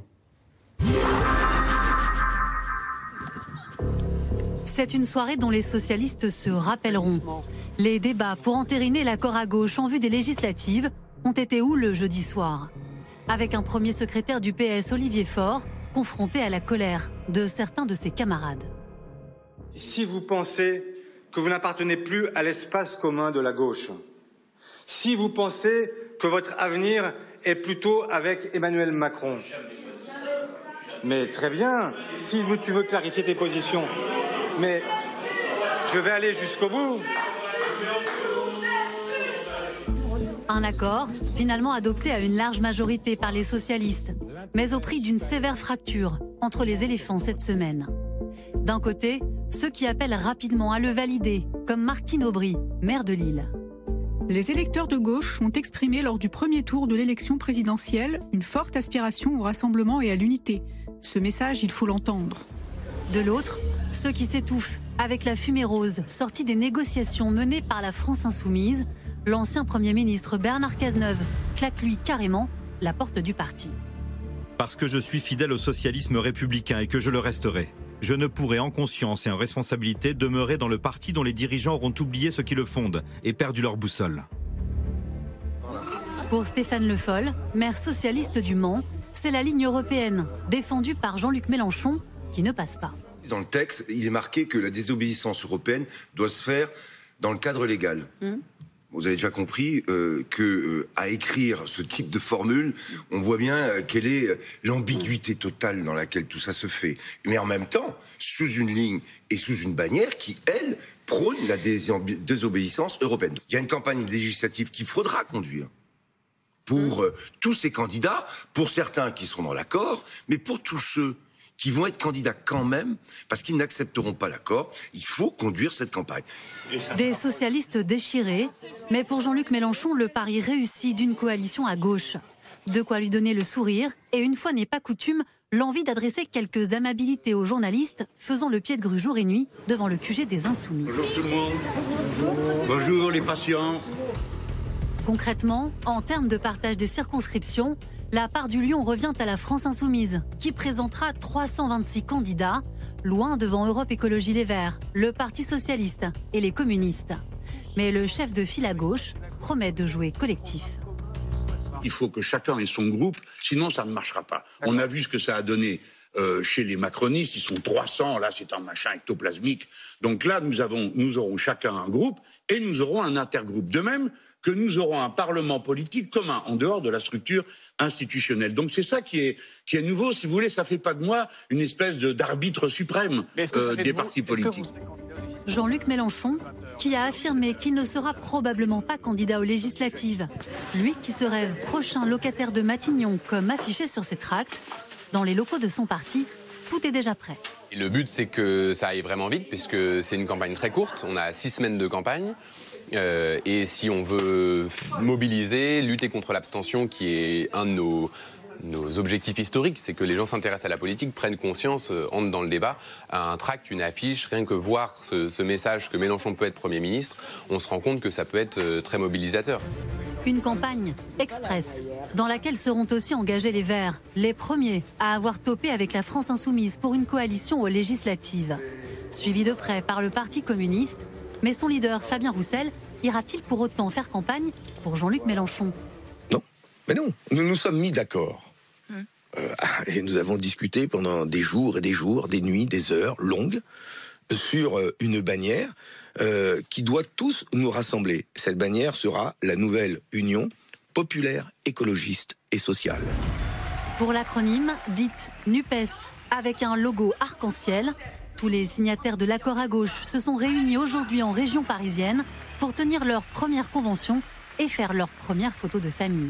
C'est une soirée dont les socialistes se rappelleront. Les débats pour entériner l'accord à gauche en vue des législatives ont été où le jeudi soir ? Avec un premier secrétaire du PS, Olivier Faure, confronté à la colère de certains de ses camarades. Si vous pensez que vous n'appartenez plus à l'espace commun de la gauche, si vous pensez que votre avenir est plutôt avec Emmanuel Macron, mais très bien, si tu veux clarifier tes positions, mais je vais aller jusqu'au bout. Un accord, finalement adopté à une large majorité par les socialistes, mais au prix d'une sévère fracture entre les éléphants cette semaine. D'un côté, ceux qui appellent rapidement à le valider, comme Martine Aubry, maire de Lille. Les électeurs de gauche ont exprimé lors du premier tour de l'élection présidentielle une forte aspiration au rassemblement et à l'unité. Ce message, il faut l'entendre. De l'autre, ceux qui s'étouffent avec la fumée rose sortie des négociations menées par la France Insoumise. L'ancien Premier ministre Bernard Cazeneuve claque lui carrément la porte du parti. Parce que je suis fidèle au socialisme républicain et que je le resterai. Je ne pourrai en conscience et en responsabilité demeurer dans le parti dont les dirigeants auront oublié ce qui le fonde et perdu leur boussole. Pour Stéphane Le Foll, maire socialiste du Mans, c'est la ligne européenne défendue par Jean-Luc Mélenchon qui ne passe pas. Dans le texte, il est marqué que la désobéissance européenne doit se faire dans le cadre légal. Vous avez déjà compris qu'à écrire ce type de formule, on voit bien quelle est l'ambiguïté totale dans laquelle tout ça se fait. Mais en même temps, sous une ligne et sous une bannière qui, elle, prône la désobéissance européenne. Il y a une campagne législative qu'il faudra conduire pour tous ces candidats, pour certains qui seront dans l'accord, mais pour tous ceux qui vont être candidats quand même, parce qu'ils n'accepteront pas l'accord, il faut conduire cette campagne. Des socialistes déchirés, mais pour Jean-Luc Mélenchon, le pari réussi d'une coalition à gauche. De quoi lui donner le sourire, et une fois n'est pas coutume, l'envie d'adresser quelques amabilités aux journalistes, faisant le pied de grue jour et nuit devant le QG des Insoumis. Bonjour tout le monde. Bonjour les patients. Concrètement, en termes de partage des circonscriptions, la part du lion revient à la France Insoumise, qui présentera 326 candidats, loin devant Europe Écologie Les Verts, le Parti Socialiste et les communistes. Mais le chef de file à gauche promet de jouer collectif. Il faut que chacun ait son groupe, sinon ça ne marchera pas. On a vu ce que ça a donné chez les macronistes, ils sont 300, là c'est un machin ectoplasmique. Donc là, nous aurons chacun un groupe et nous aurons un intergroupe. De même que nous aurons un parlement politique commun, en dehors de la structure institutionnelle. Donc c'est ça qui est nouveau. Si vous voulez, ça ne fait pas de moi une espèce d'arbitre suprême des partis politiques. Jean-Luc Mélenchon, qui a affirmé qu'il ne sera probablement pas candidat aux législatives. Lui qui se rêve prochain locataire de Matignon, comme affiché sur ses tracts, dans les locaux de son parti, tout est déjà prêt. Et le but, c'est que ça aille vraiment vite, puisque c'est une campagne très courte. On a 6 semaines de campagne. Et si on veut mobiliser, lutter contre l'abstention, qui est un de nos objectifs historiques, c'est que les gens s'intéressent à la politique, prennent conscience, entrent dans le débat. Un tract, une affiche, rien que voir ce message que Mélenchon peut être Premier ministre, on se rend compte que ça peut être très mobilisateur. Une campagne express, dans laquelle seront aussi engagés les Verts, les premiers à avoir topé avec la France Insoumise pour une coalition aux législatives. Suivi de près par le Parti communiste, mais son leader, Fabien Roussel, ira-t-il pour autant faire campagne pour Jean-Luc Mélenchon ? Non, mais non, nous nous sommes mis d'accord. Et nous avons discuté pendant des jours et des jours, des nuits, des heures longues, sur une bannière qui doit tous nous rassembler. Cette bannière sera la nouvelle Union populaire, écologiste et sociale. Pour l'acronyme, dite NUPES, avec un logo arc-en-ciel, tous les signataires de l'accord à gauche se sont réunis aujourd'hui en région parisienne pour tenir leur première convention et faire leur première photo de famille.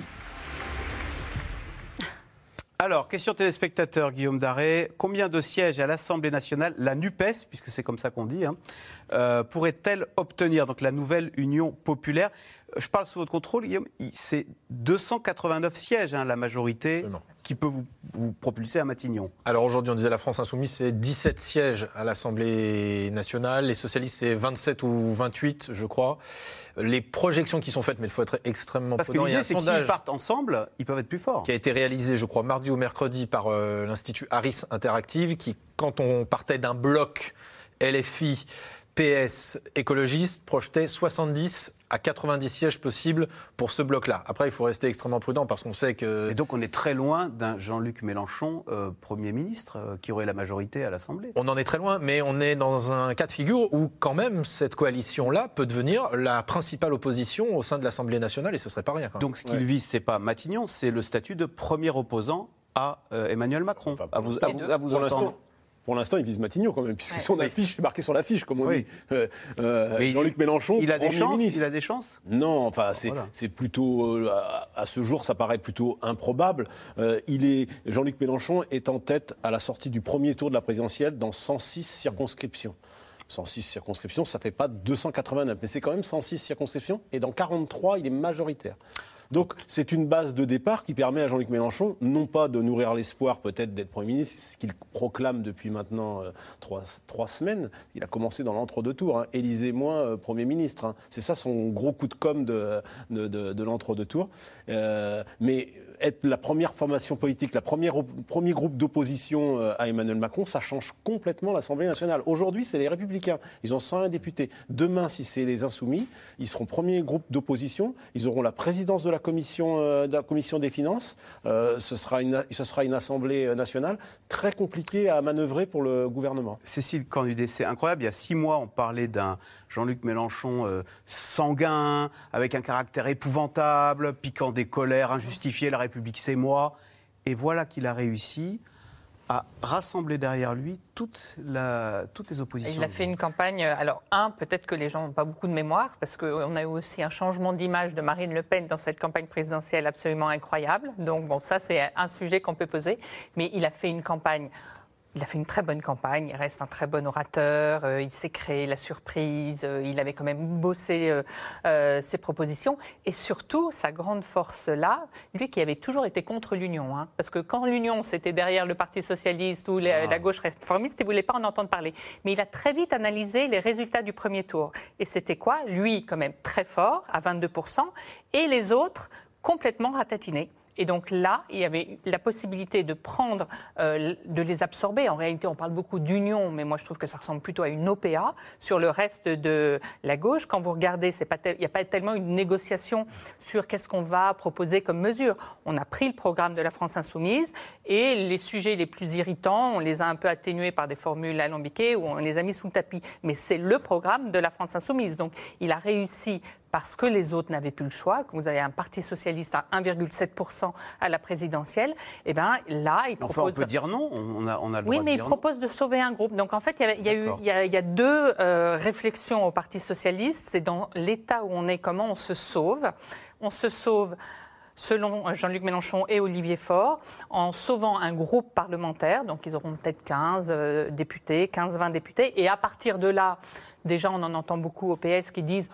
Alors, question téléspectateur, Guillaume Daré. Combien de sièges à l'Assemblée nationale, la NUPES, puisque c'est comme ça qu'on dit, pourrait-elle obtenir, donc la nouvelle Union populaire? Je parle sous votre contrôle, Guillaume. C'est 289 sièges, la majorité, absolument, qui peut vous propulser à Matignon. Alors aujourd'hui, on disait la France Insoumise, c'est 17 sièges à l'Assemblée nationale. Les socialistes, c'est 27 ou 28, je crois. Les projections qui sont faites, mais il faut être extrêmement prudent. Parce que l'idée, c'est que s'ils partent ensemble, ils peuvent être plus forts. Qui a été réalisé, je crois, mardi ou mercredi par l'Institut Harris Interactive, qui, quand on partait d'un bloc LFI, PS, écologiste, projetait 70 à 90 sièges possibles pour ce bloc-là. Après, il faut rester extrêmement prudent parce qu'on sait que... Et donc, on est très loin d'un Jean-Luc Mélenchon, Premier ministre, qui aurait la majorité à l'Assemblée. On en est très loin, mais on est dans un cas de figure où, quand même, cette coalition-là peut devenir la principale opposition au sein de l'Assemblée nationale, et ce ne serait pas rien. Quand même. Donc, ce qu'il vise, ce n'est pas Matignon, c'est le statut de premier opposant à Emmanuel Macron. Enfin, à vous entendre. Pour l'instant, il vise Matignon quand même, puisque son affiche est marquée sur l'affiche, comme on dit. Jean-Luc Mélenchon, il a des chances. ministre. Il a des chances. Non, enfin, c'est plutôt à ce jour, ça paraît plutôt improbable. Jean-Luc Mélenchon est en tête à la sortie du premier tour de la présidentielle dans 106 circonscriptions. 106 circonscriptions, ça ne fait pas 289, mais c'est quand même 106 circonscriptions, et dans 43, il est majoritaire. Donc c'est une base de départ qui permet à Jean-Luc Mélenchon, non pas de nourrir l'espoir peut-être d'être Premier ministre, ce qu'il proclame depuis maintenant 3 semaines. Il a commencé dans l'entre-deux-tours, élisez-moi Premier ministre. C'est ça son gros coup de com' de l'entre-deux-tours. Mais être la première formation politique, premier groupe d'opposition à Emmanuel Macron, ça change complètement l'Assemblée nationale. Aujourd'hui, c'est les Républicains. Ils ont 101 députés. Demain, si c'est les Insoumis, ils seront premier groupe d'opposition. Ils auront la présidence de la commission des finances. Ce sera une Assemblée nationale très compliquée à manœuvrer pour le gouvernement. Cécile Cornudet, c'est incroyable. Il y a 6 mois, on parlait d'un Jean-Luc Mélenchon sanguin, avec un caractère épouvantable, piquant des colères injustifiées, la République c'est moi. Et voilà qu'il a réussi à rassembler derrière lui toutes les oppositions. Il a fait une campagne, alors peut-être que les gens n'ont pas beaucoup de mémoire, parce qu'on a eu aussi un changement d'image de Marine Le Pen dans cette campagne présidentielle absolument incroyable. Donc bon, ça c'est un sujet qu'on peut poser, mais il a fait une campagne. Il a fait une très bonne campagne, il reste un très bon orateur, il s'est créé la surprise, il avait quand même bossé ses propositions. Et surtout, sa grande force là, lui qui avait toujours été contre l'Union, parce que quand l'Union c'était derrière le Parti Socialiste ou la gauche réformiste, il ne voulait pas en entendre parler. Mais il a très vite analysé les résultats du premier tour. Et c'était quoi? Lui quand même très fort, à 22%, et les autres complètement ratatinés. Et donc là, il y avait la possibilité de prendre, de les absorber. En réalité, on parle beaucoup d'union, mais moi je trouve que ça ressemble plutôt à une OPA sur le reste de la gauche. Quand vous regardez, il n'y a pas tellement une négociation sur qu'est-ce qu'on va proposer comme mesure. On a pris le programme de la France Insoumise et les sujets les plus irritants, on les a un peu atténués par des formules alambiquées ou on les a mis sous le tapis. Mais c'est le programme de la France Insoumise. Donc il a réussi parce que les autres n'avaient plus le choix, que vous avez un parti socialiste à 1,7% à la présidentielle, et bien là, il propose... Enfin, on peut dire non, on a le droit de dire non. Oui, mais il propose de sauver un groupe. Donc en fait, il y a 2 réflexions au Parti socialiste. C'est dans l'état où on est, comment on se sauve. On se sauve, selon Jean-Luc Mélenchon et Olivier Faure, en sauvant un groupe parlementaire. Donc ils auront peut-être 15 députés, 15-20 députés. Et à partir de là... Déjà, on en entend beaucoup au PS qui disent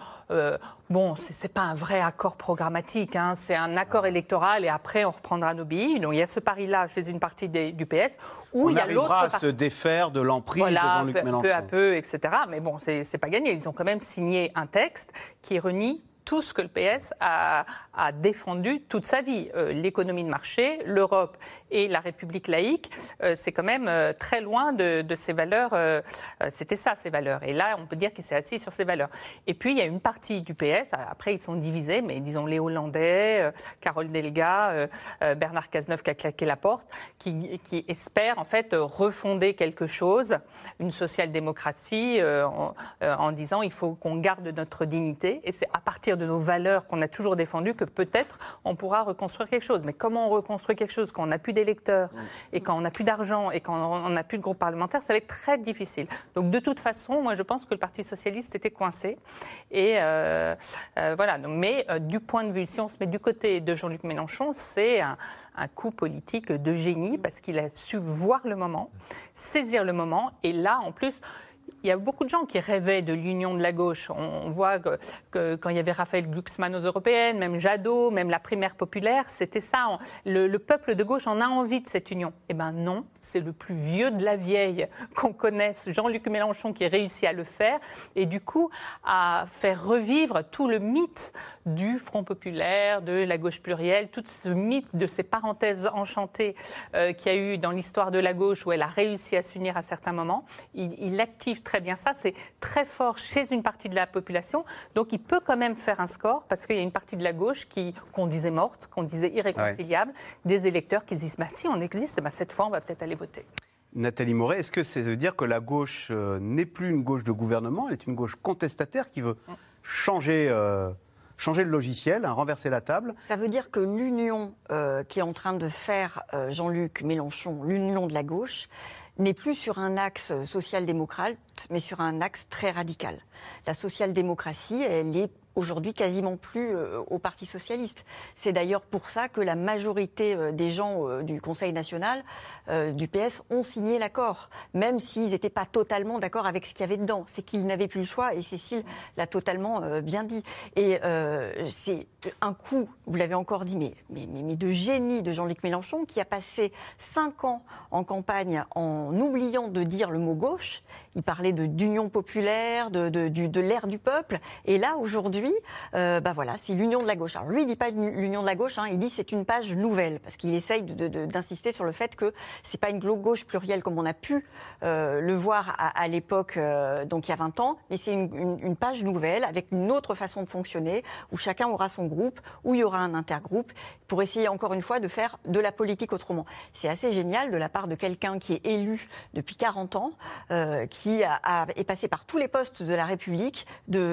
bon, c'est pas un vrai accord programmatique, c'est un accord électoral et après on reprendra nos billes. Donc il y a ce pari-là chez une partie du PS où il y a l'autre. On arrivera à se défaire de l'emprise de Jean-Luc Mélenchon. Peu à peu, etc. Mais bon, c'est pas gagné. Ils ont quand même signé un texte qui renie tout ce que le PS a défendu toute sa vie. L'économie de marché, l'Europe et la République laïque, c'est quand même très loin de ces valeurs. C'était ça, ces valeurs. Et là, on peut dire qu'il s'est assis sur ces valeurs. Et puis, il y a une partie du PS, après ils sont divisés, mais disons les Hollandais, Carole Delga, Bernard Cazeneuve qui a claqué la porte, qui espèrent en fait refonder quelque chose, une social-démocratie, en disant il faut qu'on garde notre dignité. Et c'est à partir de de nos valeurs qu'on a toujours défendues que peut-être on pourra reconstruire quelque chose. Mais comment on reconstruit quelque chose quand on n'a plus d'électeurs et quand on n'a plus d'argent et quand on n'a plus de groupe parlementaire, ça va être très difficile. Donc de toute façon, moi je pense que le Parti socialiste était coincé. Et voilà. Mais du point de vue, si on se met du côté de Jean-Luc Mélenchon, c'est un coup politique de génie parce qu'il a su voir le moment, saisir le moment. Et là, en plus, il y a beaucoup de gens qui rêvaient de l'union de la gauche. On voit que quand il y avait Raphaël Glucksmann aux européennes, même Jadot, même la primaire populaire, c'était ça. Le peuple de gauche en a envie de cette union. Eh bien non, c'est le plus vieux de la vieille qu'on connaisse, Jean-Luc Mélenchon, qui réussit à le faire et du coup à faire revivre tout le mythe du Front populaire, de la gauche plurielle, tout ce mythe de ces parenthèses enchantées qu'il y a eu dans l'histoire de la gauche où elle a réussi à s'unir à certains moments. Il active très bien ça, c'est très fort chez une partie de la population, donc il peut quand même faire un score parce qu'il y a une partie de la gauche qu'on disait morte, qu'on disait irréconciliable, des électeurs qui se disent si on existe, cette fois on va peut-être aller voter. Nathalie Moret, est-ce que ça veut dire que la gauche n'est plus une gauche de gouvernement, elle est une gauche contestataire qui veut changer le logiciel, renverser la table? Ça veut dire que l'union qui est en train de faire Jean-Luc Mélenchon, l'union de la gauche, n'est plus sur un axe social-démocrate, mais sur un axe très radical. La social-démocratie, elle est aujourd'hui quasiment plus au Parti socialiste. C'est d'ailleurs pour ça que la majorité des gens du Conseil national, du PS, ont signé l'accord, même s'ils n'étaient pas totalement d'accord avec ce qu'il y avait dedans. C'est qu'ils n'avaient plus le choix, et Cécile l'a totalement bien dit. Et c'est un coup, vous l'avez encore dit, mais de génie de Jean-Luc Mélenchon, qui a passé 5 ans en campagne en oubliant de dire le mot gauche. Il parlait d'union populaire, de l'ère du peuple. Et là, aujourd'hui, voilà, c'est l'union de la gauche. Alors lui, il ne dit pas l'union de la gauche, il dit c'est une page nouvelle, parce qu'il essaye d'insister sur le fait que c'est pas une gauche plurielle comme on a pu le voir à l'époque, donc il y a 20 ans, mais c'est une page nouvelle avec une autre façon de fonctionner, où chacun aura son groupe, où il y aura un intergroupe, pour essayer encore une fois de faire de la politique autrement. C'est assez génial de la part de quelqu'un qui est élu depuis 40 ans, qui est passé par tous les postes de la République,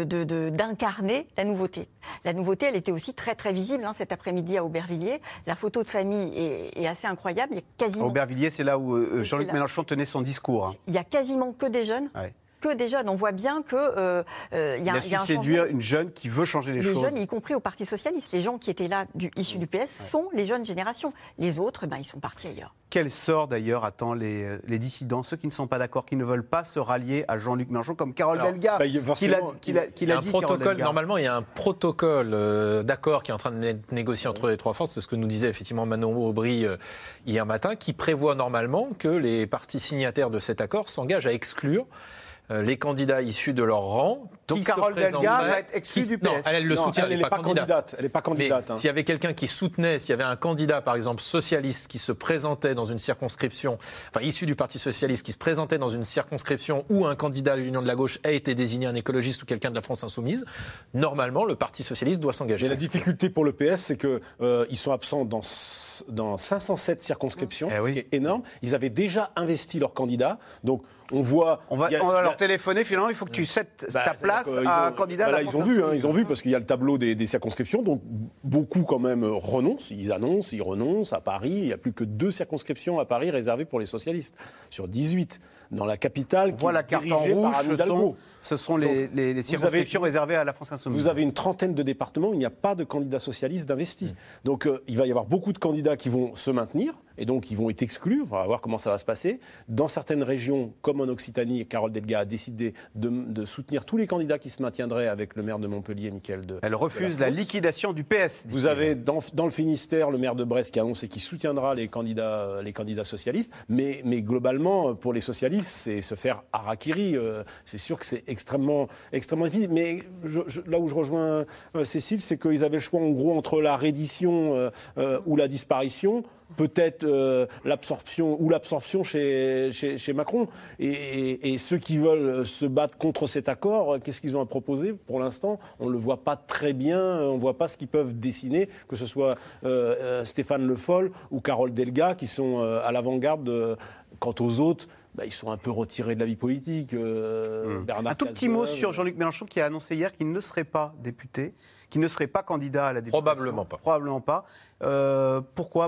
d'incarner la nouveauté. La nouveauté, elle était aussi très très visible cet après-midi à Aubervilliers. La photo de famille est assez incroyable. Il y a quasiment... Aubervilliers, c'est là où Jean-Luc Mélenchon tenait son discours. Il y a quasiment que des jeunes. Ouais. Que des jeunes. On voit bien que il a su séduire une jeune qui veut changer les choses. Les jeunes, y compris au Parti socialiste, les gens qui étaient là issus du PS sont les jeunes générations. Les autres, ils sont partis ailleurs. Quel sort d'ailleurs attend les dissidents, ceux qui ne sont pas d'accord, qui ne veulent pas se rallier à Jean-Luc Mélenchon, comme Carole Delga, qui l'a dit. Normalement, il y a un protocole d'accord qui est en train de négocier entre les trois forces. C'est ce que nous disait effectivement Manon Aubry hier matin, qui prévoit normalement que les partis signataires de cet accord s'engagent à exclure les candidats issus de leur rang. Donc Carole Delga va être exclue du PS. Non, elle le soutient, elle n'est pas candidate. Elle n'est pas candidate. Mais s'il y avait quelqu'un qui soutenait, s'il y avait un candidat, par exemple, socialiste, qui se présentait dans une circonscription, issu du Parti socialiste, qui se présentait dans une circonscription où un candidat à l'Union de la gauche a été désigné, un écologiste ou quelqu'un de la France insoumise, normalement, le Parti socialiste doit s'engager. Mais la difficulté pour le PS, c'est qu'ils sont absents dans 507 circonscriptions, ce qui est énorme. Ils avaient déjà investi leurs candidats, donc on voit... On va leur téléphoner, finalement, il faut que tu cèdes ta place à un candidat à la France insoumise. Ils ont vu, parce qu'il y a le tableau des circonscriptions, donc beaucoup quand même renoncent, ils renoncent à Paris. Il n'y a plus que 2 circonscriptions à Paris réservées pour les socialistes, sur 18. Dans la capitale, qui est carte en rouge, ce sont les circonscriptions réservées à la France insoumise. Vous avez une trentaine de départements où il n'y a pas de candidats socialistes d'investis. Donc il va y avoir beaucoup de candidats qui vont se maintenir, et donc ils vont être exclus. On va voir comment ça va se passer. Dans certaines régions, comme en Occitanie, Carole Delga a décidé de soutenir tous les candidats qui se maintiendraient avec le maire de Montpellier, Mickaël de... Elle refuse la liquidation du PS. Vous avez dans le Finistère le maire de Brest qui a annoncé qu'il soutiendra les candidats socialistes, mais globalement, pour les socialistes, c'est se faire harakiri. C'est sûr que c'est extrêmement difficile. Mais là où je rejoins Cécile, c'est qu'ils avaient le choix en gros entre la reddition ou la disparition. Peut-être l'absorption chez Macron. Et ceux qui veulent se battre contre cet accord, qu'est-ce qu'ils ont à proposer? Pour l'instant, on ne le voit pas très bien, on ne voit pas ce qu'ils peuvent dessiner, que ce soit Stéphane Le Foll ou Carole Delga, qui sont à l'avant-garde. Quant aux autres, ils sont un peu retirés de la vie politique. Un tout petit mot sur Jean-Luc Mélenchon qui a annoncé hier qu'il ne serait pas député, qui ne serait pas candidat à la députation. Probablement pas. Probablement pas. Pourquoi ?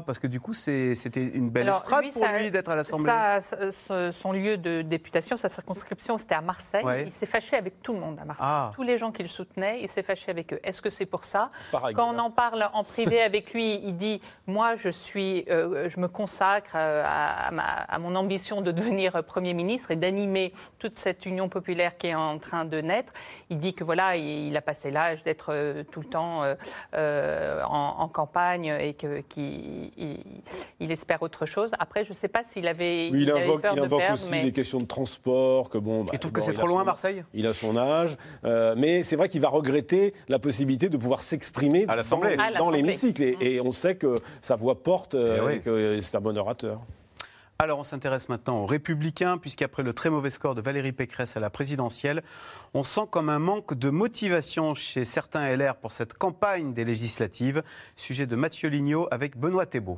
Parce que du coup, c'était une belle estrade pour lui d'être à l'Assemblée. Son lieu de députation, sa circonscription, c'était à Marseille. Ouais. Il s'est fâché avec tout le monde à Marseille. Tous les gens qui le soutenaient, il s'est fâché avec eux. Est-ce que c'est pour ça ? Quand on en parle en privé avec lui, il dit « Moi, je me consacre à mon ambition de devenir Premier ministre et d'animer toute cette union populaire qui est en train de naître. » Il dit que voilà, il a passé l'âge d'être tout le temps en campagne et qu'il espère autre chose. Après, je ne sais pas s'il avait, il avait peur de invoque perdre. aussi des questions de transport. Il trouve que c'est trop loin, Marseille ? Il a son âge. Mais c'est vrai qu'il va regretter la possibilité de pouvoir s'exprimer dans l'hémicycle. Et on sait que sa voix porte et que c'est un bon orateur. Alors, on s'intéresse maintenant aux Républicains, puisqu'après le très mauvais score de Valérie Pécresse à la présidentielle, on sent comme un manque de motivation chez certains LR pour cette campagne des législatives. Sujet de Mathieu Lignot avec Benoît Thébault.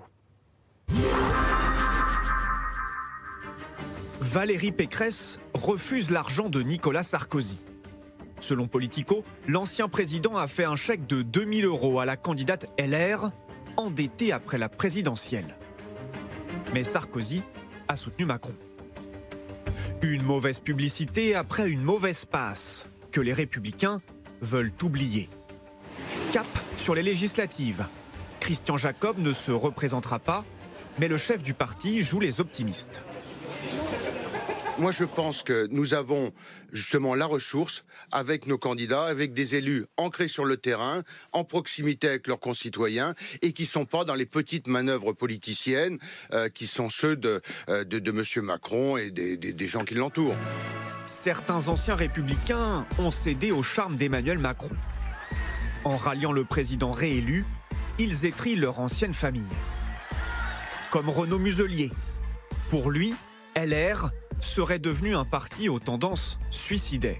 Valérie Pécresse refuse l'argent de Nicolas Sarkozy. Selon Politico, l'ancien président a fait un chèque de 2 000 € à la candidate LR, endettée après la présidentielle. Mais Sarkozy a soutenu Macron. Une mauvaise publicité après une mauvaise passe que les Républicains veulent oublier. Cap sur les législatives. Christian Jacob ne se représentera pas, mais le chef du parti joue les optimistes. Moi, je pense que nous avons justement la ressource avec nos candidats, avec des élus ancrés sur le terrain, en proximité avec leurs concitoyens et qui ne sont pas dans les petites manœuvres politiciennes qui sont ceux de M. Macron et des gens qui l'entourent. Certains anciens républicains ont cédé au charme d'Emmanuel Macron. En ralliant le président réélu, ils étrillent leur ancienne famille. Comme Renaud Muselier. Pour lui, LR serait devenu un parti aux tendances suicidaires.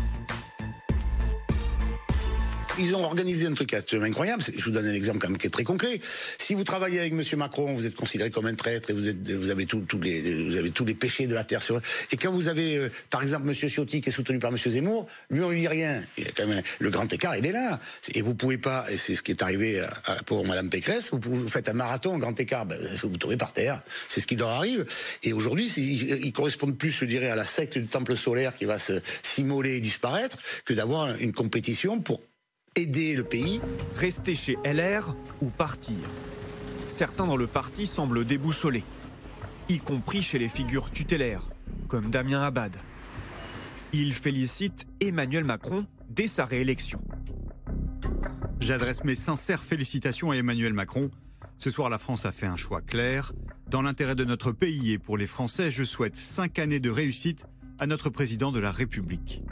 Ils ont organisé un truc absolument incroyable. Je vous donne un exemple quand même qui est très concret. Si vous travaillez avec M. Macron, vous êtes considéré comme un traître et vous avez tous les péchés de la terre sur eux. Et quand vous avez, par exemple, M. Ciotti qui est soutenu par M. Zemmour, lui on lui dit rien. Il y a quand même le grand écart, il est là. Et vous pouvez pas, et c'est ce qui est arrivé à la pauvre Mme Pécresse, vous faites un marathon, un grand écart, vous tombez par terre. C'est ce qui leur arrive. Et aujourd'hui, ils correspondent plus, je dirais, à la secte du temple solaire qui va s'immoler et disparaître, que d'avoir une compétition pour aider le pays. Rester chez LR ou partir. Certains dans le parti semblent déboussolés, y compris chez les figures tutélaires, comme Damien Abad. Il félicite Emmanuel Macron dès sa réélection. J'adresse mes sincères félicitations à Emmanuel Macron. Ce soir, la France a fait un choix clair. Dans l'intérêt de notre pays et pour les Français, je souhaite 5 années de réussite à notre président de la République.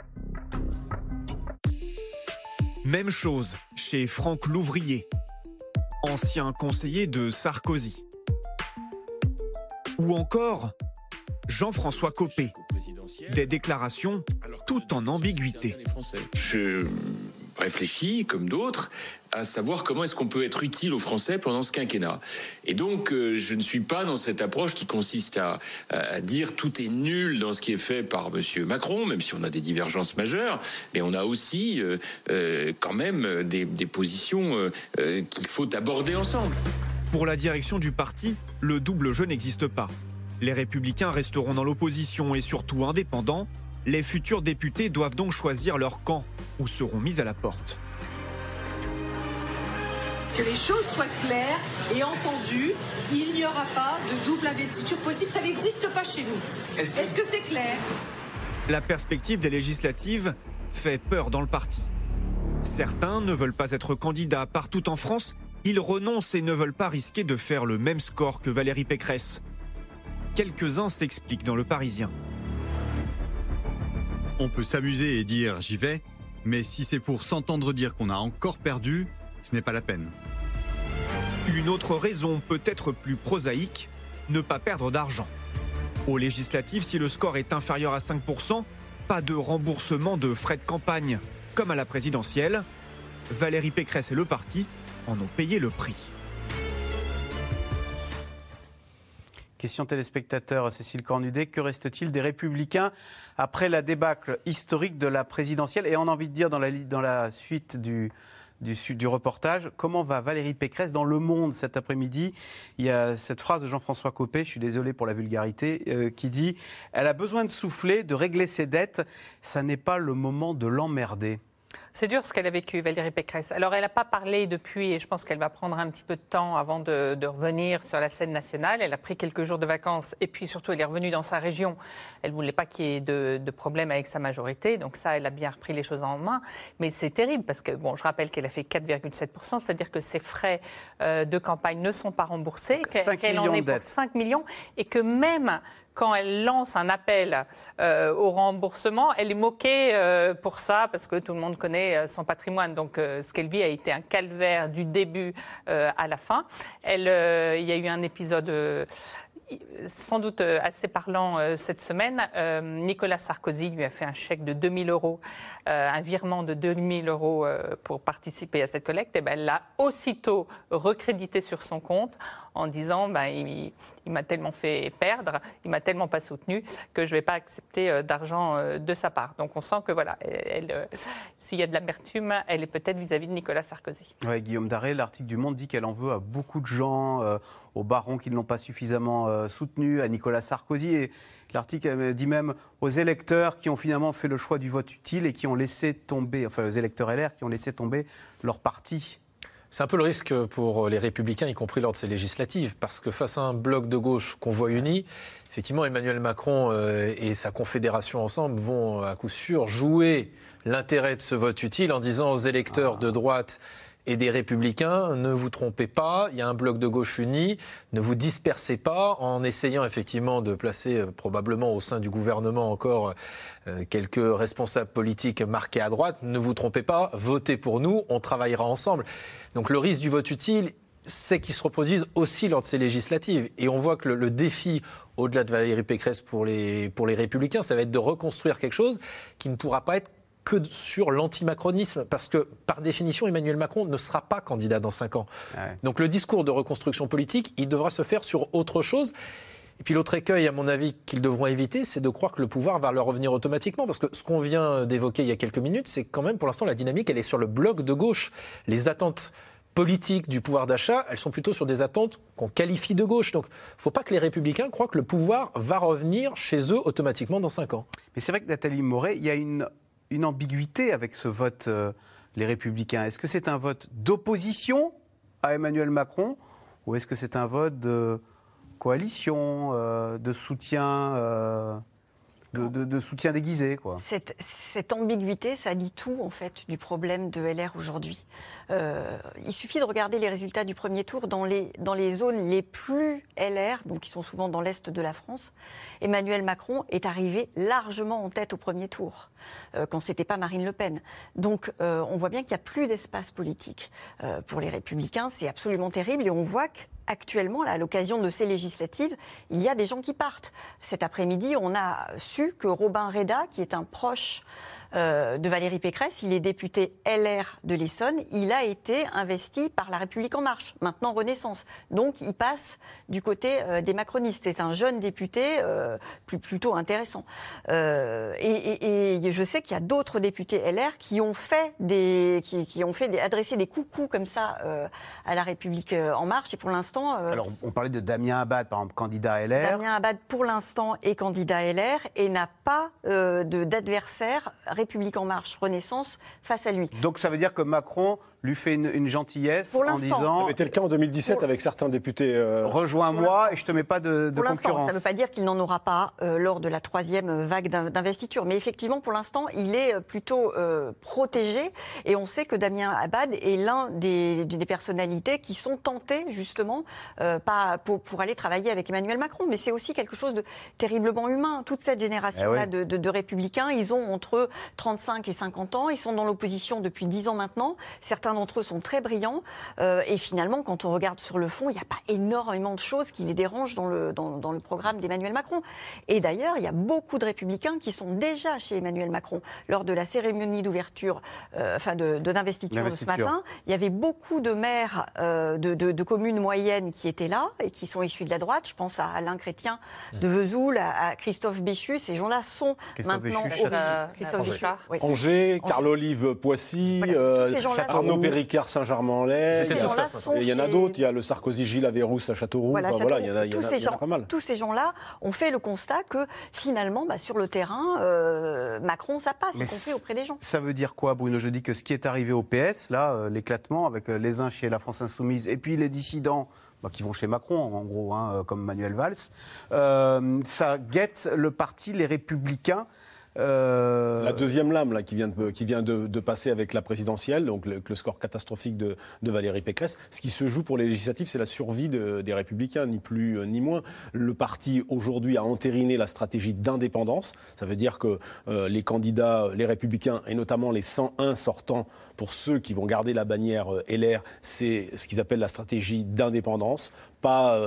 Même chose chez Franck Louvrier, ancien conseiller de Sarkozy. Ou encore Jean-François Copé. Des déclarations tout en ambiguïté. Je réfléchis, comme d'autres, à savoir comment est-ce qu'on peut être utile aux Français pendant ce quinquennat. Et donc, je ne suis pas dans cette approche qui consiste à dire tout est nul dans ce qui est fait par M. Macron, même si on a des divergences majeures, mais on a aussi quand même des positions qu'il faut aborder ensemble. Pour la direction du parti, le double jeu n'existe pas. Les Républicains resteront dans l'opposition et surtout indépendants. Les futurs députés doivent donc choisir leur camp ou seront mis à la porte. Que les choses soient claires et entendues, il n'y aura pas de double investiture possible, ça n'existe pas chez nous. Est-ce que c'est clair ? La perspective des législatives fait peur dans le parti. Certains ne veulent pas être candidats partout en France, ils renoncent et ne veulent pas risquer de faire le même score que Valérie Pécresse. Quelques-uns s'expliquent dans Le Parisien. On peut s'amuser et dire « j'y vais », mais si c'est pour s'entendre dire qu'on a encore perdu, ce n'est pas la peine. Une autre raison peut-être plus prosaïque, ne pas perdre d'argent. Aux législatives, si le score est inférieur à 5%, pas de remboursement de frais de campagne, comme à la présidentielle. Valérie Pécresse et le parti en ont payé le prix. Question téléspectateur, Cécile Cornudet, que reste-t-il des Républicains après la débâcle historique de la présidentielle ? Et on a envie de dire dans la suite du reportage. Comment va Valérie Pécresse dans Le Monde cet après-midi? Il y a cette phrase de Jean-François Copé, je suis désolé pour la vulgarité, qui dit « Elle a besoin de souffler, de régler ses dettes, ça n'est pas le moment de l'emmerder ». C'est dur ce qu'elle a vécu, Valérie Pécresse. Alors, elle n'a pas parlé depuis, et je pense qu'elle va prendre un petit peu de temps avant de revenir sur la scène nationale. Elle a pris quelques jours de vacances, et puis surtout, elle est revenue dans sa région. Elle ne voulait pas qu'il y ait de problème avec sa majorité, donc ça, elle a bien repris les choses en main. Mais c'est terrible, parce que, bon, je rappelle qu'elle a fait 4,7%, c'est-à-dire que ses frais de campagne ne sont pas remboursés, qu'elle en est pour 5 millions, et que même quand elle lance un appel au remboursement, elle est moquée pour ça, parce que tout le monde connaît son patrimoine. Donc, ce qu'elle vit a été un calvaire du début à la fin. Il y a eu un épisode sans doute assez parlant cette semaine. Nicolas Sarkozy lui a fait un chèque de 2 000 €, un virement de 2 000 € pour participer à cette collecte. Et elle l'a aussitôt recrédité sur son compte en disant il m'a tellement fait perdre, il m'a tellement pas soutenu que je ne vais pas accepter d'argent de sa part. Donc on sent que voilà, s'il y a de l'amertume, elle est peut-être vis-à-vis de Nicolas Sarkozy. Ouais, Guillaume Darré, l'article du Monde dit qu'elle en veut à beaucoup de gens, aux barons qui ne l'ont pas suffisamment soutenu, à Nicolas Sarkozy. Et l'article dit même aux électeurs qui ont finalement fait le choix du vote utile et qui ont laissé tomber, enfin aux électeurs LR qui ont laissé tomber leur parti. C'est un peu le risque pour les Républicains, y compris lors de ces législatives, parce que face à un bloc de gauche qu'on voit uni, effectivement, Emmanuel Macron et sa confédération ensemble vont à coup sûr jouer l'intérêt de ce vote utile en disant aux électeurs de droite et des Républicains, ne vous trompez pas, il y a un bloc de gauche uni, ne vous dispersez pas, en essayant effectivement de placer probablement au sein du gouvernement encore quelques responsables politiques marqués à droite, ne vous trompez pas, votez pour nous, on travaillera ensemble. Donc le risque du vote utile, c'est qu'il se reproduise aussi lors de ces législatives. Et on voit que le défi, au-delà de Valérie Pécresse pour les Républicains, ça va être de reconstruire quelque chose qui ne pourra pas être que sur l'antimacronisme, parce que par définition, Emmanuel Macron ne sera pas candidat dans 5 ans. Ouais. Donc le discours de reconstruction politique, il devra se faire sur autre chose. Et puis l'autre écueil, à mon avis, qu'ils devront éviter, c'est de croire que le pouvoir va leur revenir automatiquement. Parce que ce qu'on vient d'évoquer il y a quelques minutes, c'est quand même, pour l'instant, la dynamique, elle est sur le bloc de gauche. Les attentes politiques du pouvoir d'achat, elles sont plutôt sur des attentes qu'on qualifie de gauche. Donc il ne faut pas que les Républicains croient que le pouvoir va revenir chez eux automatiquement dans 5 ans. Mais c'est vrai que Nathalie Moret, il y a une ambiguïté avec ce vote, les Républicains. Est-ce que c'est un vote d'opposition à Emmanuel Macron ou est-ce que c'est un vote de coalition, de soutien, de soutien déguisé, quoi? Cette ambiguïté, ça dit tout, en fait, du problème de LR aujourd'hui. Il suffit de regarder les résultats du premier tour dans les zones les plus LR, donc qui sont souvent dans l'est de la France. Emmanuel Macron est arrivé largement en tête au premier tour, quand c'était pas Marine Le Pen. Donc on voit bien qu'il n'y a plus d'espace politique pour les Républicains. C'est absolument terrible et on voit qu'actuellement, à l'occasion de ces législatives, il y a des gens qui partent. Cet après-midi, on a su que Robin Reda, qui est un proche de Valérie Pécresse, il est député LR de l'Essonne, il a été investi par La République En Marche, maintenant Renaissance. Donc il passe du côté des macronistes. C'est un jeune député plutôt intéressant. Et je sais qu'il y a d'autres députés LR qui ont fait adressé des coucous comme ça à La République En Marche. Et pour l'instant... Alors on parlait de Damien Abad, par exemple, candidat LR. Damien Abad, pour l'instant, est candidat LR et n'a pas d'adversaire République En Marche, Renaissance, face à lui. Donc ça veut dire que Macron lui fait une gentillesse en disant... C'était le cas en 2017 avec certains députés... Rejoins-moi et je ne te mets pas de concurrence. Ça ne veut pas dire qu'il n'en aura pas lors de la 3e vague d'investiture. Mais effectivement, pour l'instant, il est plutôt protégé. Et on sait que Damien Abad est l'un des personnalités qui sont tentées, justement, pour aller travailler avec Emmanuel Macron. Mais c'est aussi quelque chose de terriblement humain. Toute cette génération-là de républicains, ils ont entre 35 et 50 ans. Ils sont dans l'opposition depuis 10 ans maintenant. Certains d'entre eux sont très brillants. Et finalement, quand on regarde sur le fond, il n'y a pas énormément de choses qui les dérangent dans le programme d'Emmanuel Macron. Et d'ailleurs, il y a beaucoup de républicains qui sont déjà chez Emmanuel Macron. Lors de la cérémonie d'ouverture, d'investiture de ce matin, il y avait beaucoup de maires de communes moyennes qui étaient là et qui sont issus de la droite. Je pense à Alain Chrétien de Vesoul, à Christophe Béchu. Ces gens-là sont maintenant au Christophe Béchu. Angers, Carl-Olive Poissy, voilà, tous ces gens-là Arnaud Péricard, Saint-Germain-en-Laye. Il y en a d'autres. Il y a le Sarkozy-Gilles à Vérousse, à Châteauroux. Voilà, Il y en a pas mal. Tous ces gens-là ont fait le constat que finalement, sur le terrain, Macron, ça passe, y compris auprès des gens. Ça veut dire quoi, Bruno? Je dis que ce qui est arrivé au PS, là, l'éclatement avec les uns chez la France Insoumise et puis les dissidents qui vont chez Macron, en gros, comme Manuel Valls, ça guette le parti Les Républicains. C'est la deuxième lame là, qui vient de passer avec la présidentielle, donc le score catastrophique de Valérie Pécresse. Ce qui se joue pour les législatives, c'est la survie des Républicains, ni plus ni moins. Le parti aujourd'hui a entériné la stratégie d'indépendance. Ça veut dire que les candidats, les Républicains, et notamment les 101 sortants, pour ceux qui vont garder la bannière LR, c'est ce qu'ils appellent la stratégie d'indépendance. Pas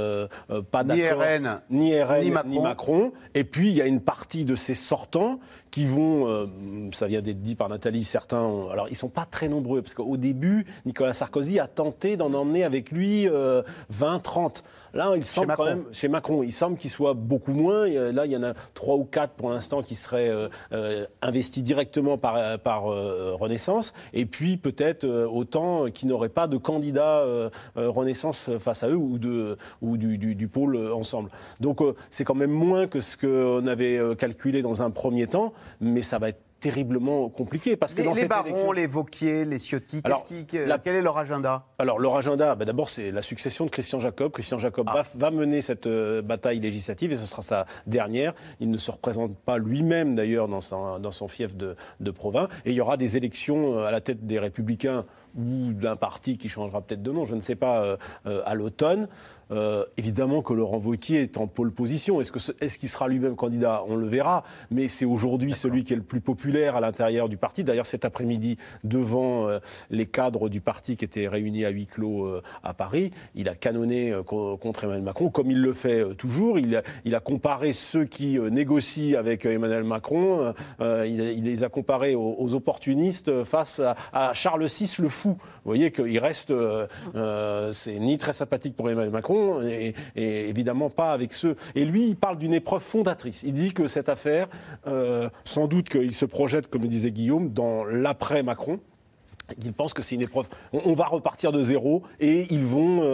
ni RN, ni Macron. Et puis, il y a une partie de ces sortants qui vont, ça vient d'être dit par Nathalie, certains, alors ils ne sont pas très nombreux, parce qu'au début, Nicolas Sarkozy a tenté d'en emmener avec lui 20, 30. Là, il semble quand même, chez Macron, il semble qu'il soit beaucoup moins. Là, il y en a 3 ou 4 pour l'instant qui seraient investis directement par Renaissance. Et puis, peut-être autant qui n'auraient pas de candidat Renaissance face à eux ou du pôle ensemble. Donc, c'est quand même moins que ce qu'on avait calculé dans un premier temps, mais ça va être terriblement compliqué. Parce que les barons, les Wauquiez, les Ciotti, quel est leur agenda? Alors, leur agenda, d'abord, c'est la succession de Christian Jacob. Christian Jacob va mener cette bataille législative et ce sera sa dernière. Il ne se représente pas lui-même, d'ailleurs, dans son fief de Provins. Et il y aura des élections à la tête des Républicains ou d'un parti qui changera peut-être de nom, je ne sais pas, à l'automne. Évidemment que Laurent Wauquiez est en pole position. Est-ce qu'il sera lui-même candidat? On le verra. Mais c'est aujourd'hui celui qui est le plus populaire à l'intérieur du parti. D'ailleurs, cet après-midi, devant les cadres du parti qui étaient réunis à huis clos à Paris, il a canonné contre Emmanuel Macron, comme il le fait toujours. Il a comparé ceux qui négocient avec Emmanuel Macron. Il les a comparés aux opportunistes face à Charles VI le fou. Vous voyez qu'il reste... c'est ni très sympathique pour Emmanuel Macron, et évidemment pas avec ceux. Et lui, il parle d'une épreuve fondatrice. Il dit que cette affaire, sans doute qu'il se projette, comme le disait Guillaume, dans l'après-Macron. Il pense que c'est une épreuve. On va repartir de zéro et ils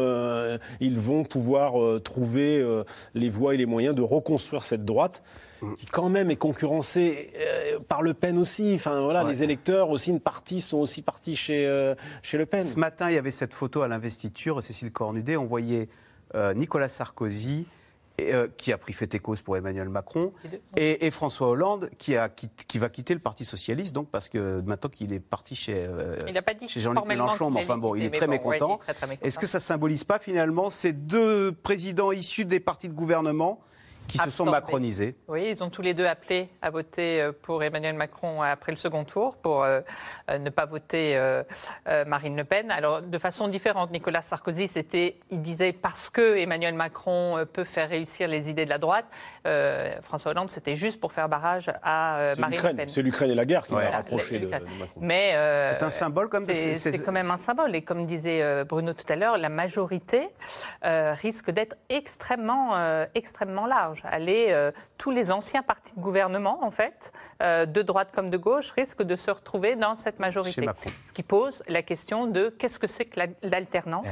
vont pouvoir trouver les voies et les moyens de reconstruire cette droite qui quand même est concurrencée par Le Pen aussi. Enfin voilà, les électeurs aussi, une partie sont aussi partis chez Le Pen. Ce matin, il y avait cette photo à l'investiture, Cécile Cornudet. On voyait Nicolas Sarkozy, qui a pris fait et cause pour Emmanuel Macron, et François Hollande, qui va quitter le Parti Socialiste, donc parce que maintenant qu'il est parti chez Jean-Luc Mélenchon, mais enfin bon, il est très mécontent. Est-ce que ça ne symbolise pas finalement ces deux présidents issus des partis de gouvernement qui se sont macronisés? Oui, ils ont tous les deux appelé à voter pour Emmanuel Macron après le second tour, pour ne pas voter Marine Le Pen. Alors, de façon différente, Nicolas Sarkozy, il disait parce que Emmanuel Macron peut faire réussir les idées de la droite. François Hollande, c'était juste pour faire barrage à Marine Le Pen. C'est l'Ukraine et la guerre qui va rapprocher de Macron. Mais c'est un symbole comme c'est quand même un symbole. Et comme disait Bruno tout à l'heure, la majorité risque d'être extrêmement large. Tous les anciens partis de gouvernement, en fait, de droite comme de gauche, risquent de se retrouver dans cette majorité. Ce qui pose la question de qu'est-ce que c'est que l'alternance.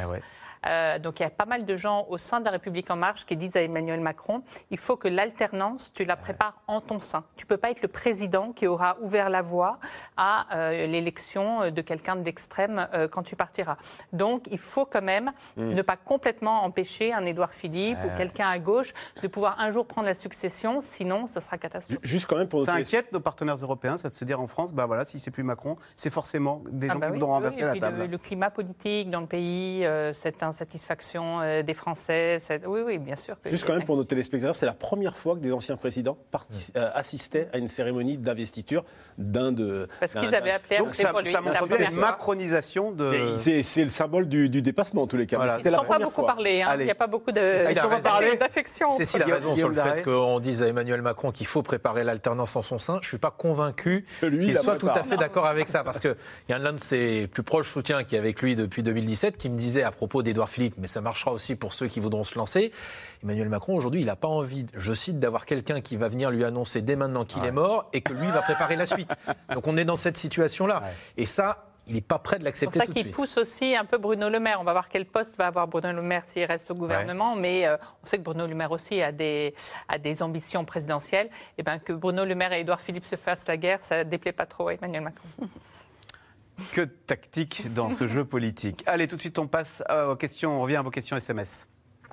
Donc il y a pas mal de gens au sein de la République En Marche qui disent à Emmanuel Macron, il faut que l'alternance, tu la prépares en ton sein. Tu ne peux pas être le président qui aura ouvert la voie à l'élection de quelqu'un d'extrême quand tu partiras. Donc il faut quand même ne pas complètement empêcher un Édouard Philippe ou quelqu'un à gauche de pouvoir un jour prendre la succession, sinon ce sera catastrophique. Juste quand même pour ça inquiète nos partenaires européens, ça de se dire en France, si c'est plus Macron, c'est forcément des gens qui voudront renverser la table. Le climat politique dans le pays, cette insatisfaction des Français. Oui, bien sûr. Juste quand même pour nos téléspectateurs, c'est la première fois que des anciens présidents assistaient à une cérémonie d'investiture d'un de... Parce qu'ils avaient appelé donc ça montre bien une macronisation de... C'est le symbole du dépassement en tous les cas. Voilà. Ils ne sont pas beaucoup parlé. Il n'y a pas beaucoup d'affection. Cécile a raison sur le fait qu'on dise à Emmanuel Macron qu'il faut préparer l'alternance en son sein. Je ne suis pas convaincu qu'il soit tout à fait d'accord avec ça. Parce qu'il y a l'un de ses plus proches soutiens qui est avec lui depuis 2017 qui me disait à propos d'Édouard Philippe, mais ça marchera aussi pour ceux qui voudront se lancer. Emmanuel Macron, aujourd'hui, il n'a pas envie, je cite, d'avoir quelqu'un qui va venir lui annoncer dès maintenant qu'il est mort et que lui va préparer la suite. Donc on est dans cette situation-là. Et ça, il n'est pas prêt de l'accepter tout de suite. C'est pour ça qu'il pousse aussi un peu Bruno Le Maire. On va voir quel poste va avoir Bruno Le Maire s'il reste au gouvernement, mais on sait que Bruno Le Maire aussi a des ambitions présidentielles. Et bien que Bruno Le Maire et Édouard Philippe se fassent la guerre, ça ne déplaît pas trop à Emmanuel Macron. Que de tactique dans ce jeu politique. Allez, tout de suite, on passe aux questions, on revient à vos questions SMS.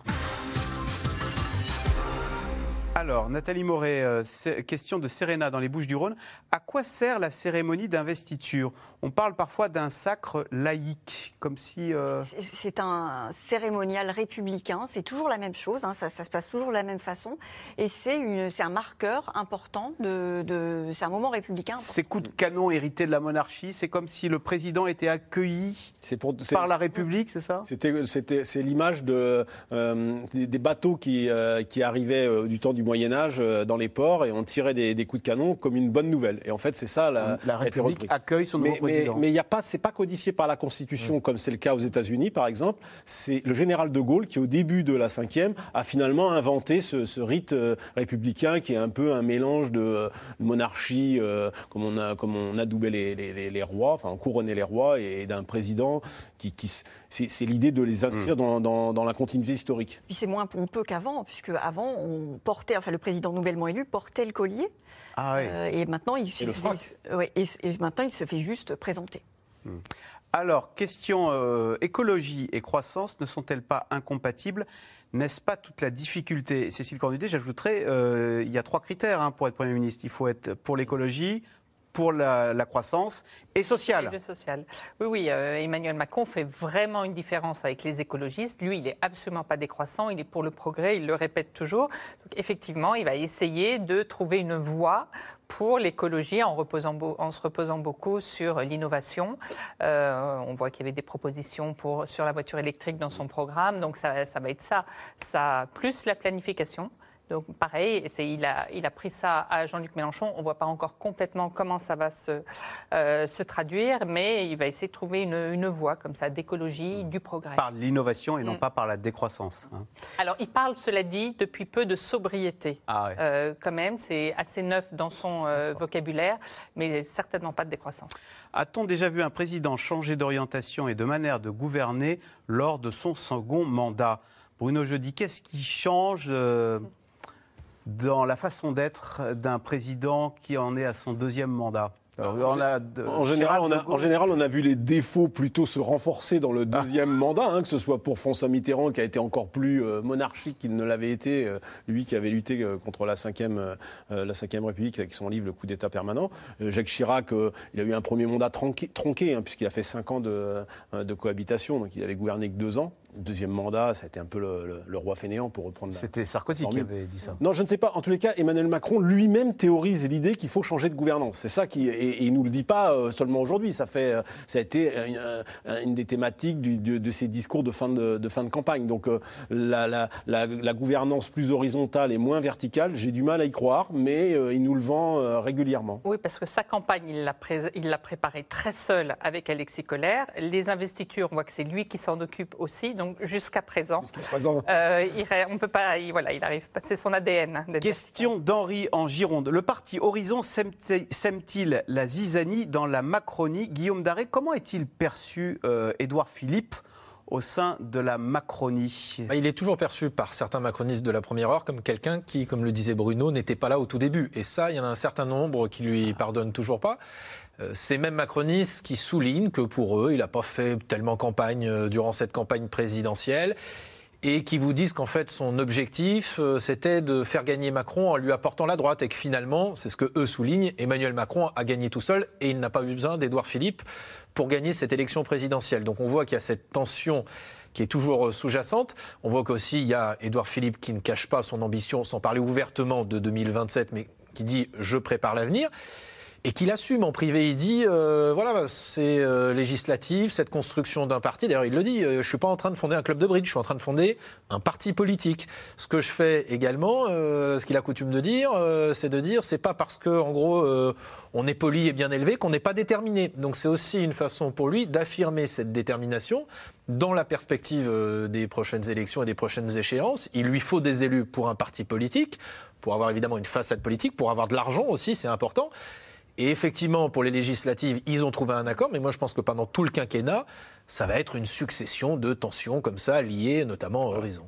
Alors, Nathalie Moret, question de Serena dans les Bouches-du-Rhône. À quoi sert la cérémonie d'investiture ? On parle parfois d'un sacre laïque, comme si... C'est un cérémonial républicain, c'est toujours la même chose, hein, ça se passe toujours de la même façon. Et c'est un marqueur important, c'est un moment républicain. Ces coups de canon hérités de la monarchie, c'est comme si le président était accueilli par la République, c'est ça ? C'est l'image des bateaux qui arrivaient du temps du Moyen-Âge dans les ports et on tirait des coups de canon comme une bonne nouvelle. Et en fait, c'est ça la République accueille son nouveau président. Mais c'est pas codifié par la Constitution comme c'est le cas aux États-Unis, par exemple. C'est le général de Gaulle qui, au début de la Ve, a finalement inventé ce rite républicain qui est un peu un mélange de monarchie, comme on adoubait les rois, enfin on couronnait les rois, et d'un président c'est l'idée de les inscrire dans la continuité historique. Puis c'est moins pompeux qu'avant, puisque avant on portait, le président nouvellement élu portait le collier. Ah oui. Et maintenant il se fait juste présenter. Alors, question écologie et croissance ne sont-elles pas incompatibles ? N'est-ce pas toute la difficulté ? Cécile Cornudet, j'ajouterais, il y a 3 critères pour être Premier ministre. Il faut être pour l'écologie, pour la croissance et sociale. Et le social. Oui, Emmanuel Macron fait vraiment une différence avec les écologistes. Lui, il n'est absolument pas décroissant, il est pour le progrès, il le répète toujours. Donc, effectivement, il va essayer de trouver une voie pour l'écologie en se reposant beaucoup sur l'innovation. On voit qu'il y avait des propositions sur la voiture électrique dans son programme, donc ça va être ça plus la planification. Donc pareil, il a pris ça à Jean-Luc Mélenchon. On ne voit pas encore complètement comment ça va se traduire, mais il va essayer de trouver une voie comme ça d'écologie, du progrès. Par l'innovation et non pas par la décroissance. Alors il parle, cela dit, depuis peu de sobriété. Quand même, c'est assez neuf dans son vocabulaire, mais certainement pas de décroissance. A-t-on déjà vu un président changer d'orientation et de manière de gouverner lors de son second mandat ? Bruno Jeudi, qu'est-ce qui change dans la façon d'être d'un président qui en est à son 2e mandat ? En général, on a vu les défauts plutôt se renforcer dans le 2e mandat, que ce soit pour François Mitterrand, qui a été encore plus monarchique qu'il ne l'avait été, lui qui avait lutté contre la 5e République avec son livre Le coup d'État permanent. Jacques Chirac, il a eu un premier mandat tronqué puisqu'il a fait 5 ans de cohabitation, donc il avait gouverné que 2 ans. 2e mandat, ça a été un peu le roi fainéant, pour reprendre C'était Sarkozy qui avait dit ça. Non, je ne sais pas. En tous les cas, Emmanuel Macron lui-même théorise l'idée qu'il faut changer de gouvernance. C'est ça et il ne nous le dit pas seulement aujourd'hui. Ça a été une des thématiques de ses discours de fin de campagne. Donc la gouvernance plus horizontale et moins verticale, j'ai du mal à y croire, mais il nous le vend régulièrement. Oui, parce que sa campagne, il l'a préparée très seul avec Alexis Collère. Les investitures, on voit que c'est lui qui s'en occupe aussi. Donc jusqu'à présent, on peut pas. Il arrive pas. C'est son ADN. Question d'Henri en Gironde. Le parti Horizon sème-t-il la zizanie dans la Macronie ? Guillaume Daré, comment est-il perçu, Édouard Philippe, au sein de la Macronie ? Il est toujours perçu par certains macronistes de la première heure comme quelqu'un qui, comme le disait Bruno, n'était pas là au tout début. Et ça, il y en a un certain nombre qui lui pardonnent toujours pas. Ces mêmes macronistes qui soulignent que pour eux, il n'a pas fait tellement campagne durant cette campagne présidentielle et qui vous disent qu'en fait son objectif c'était de faire gagner Macron en lui apportant la droite et que finalement, c'est ce que eux soulignent, Emmanuel Macron a gagné tout seul et il n'a pas eu besoin d'Édouard Philippe pour gagner cette élection présidentielle. Donc on voit qu'il y a cette tension qui est toujours sous-jacente. On voit qu'aussi il y a Édouard Philippe qui ne cache pas son ambition, sans parler ouvertement de 2027, mais qui dit « je prépare l'avenir ». Et qu'il assume en privé, il dit c'est législatif, cette construction d'un parti. D'ailleurs, il le dit, je ne suis pas en train de fonder un club de bridge, je suis en train de fonder un parti politique. Ce que je fais également, ce qu'il a coutume de dire, c'est pas parce que, en gros, on est poli et bien élevé qu'on n'est pas déterminé. Donc c'est aussi une façon pour lui d'affirmer cette détermination dans la perspective des prochaines élections et des prochaines échéances. Il lui faut des élus pour un parti politique, pour avoir évidemment une façade politique, pour avoir de l'argent aussi, c'est important. Et effectivement, pour les législatives, ils ont trouvé un accord, mais moi je pense que pendant tout le quinquennat, ça va être une succession de tensions comme ça, liées notamment à Horizon.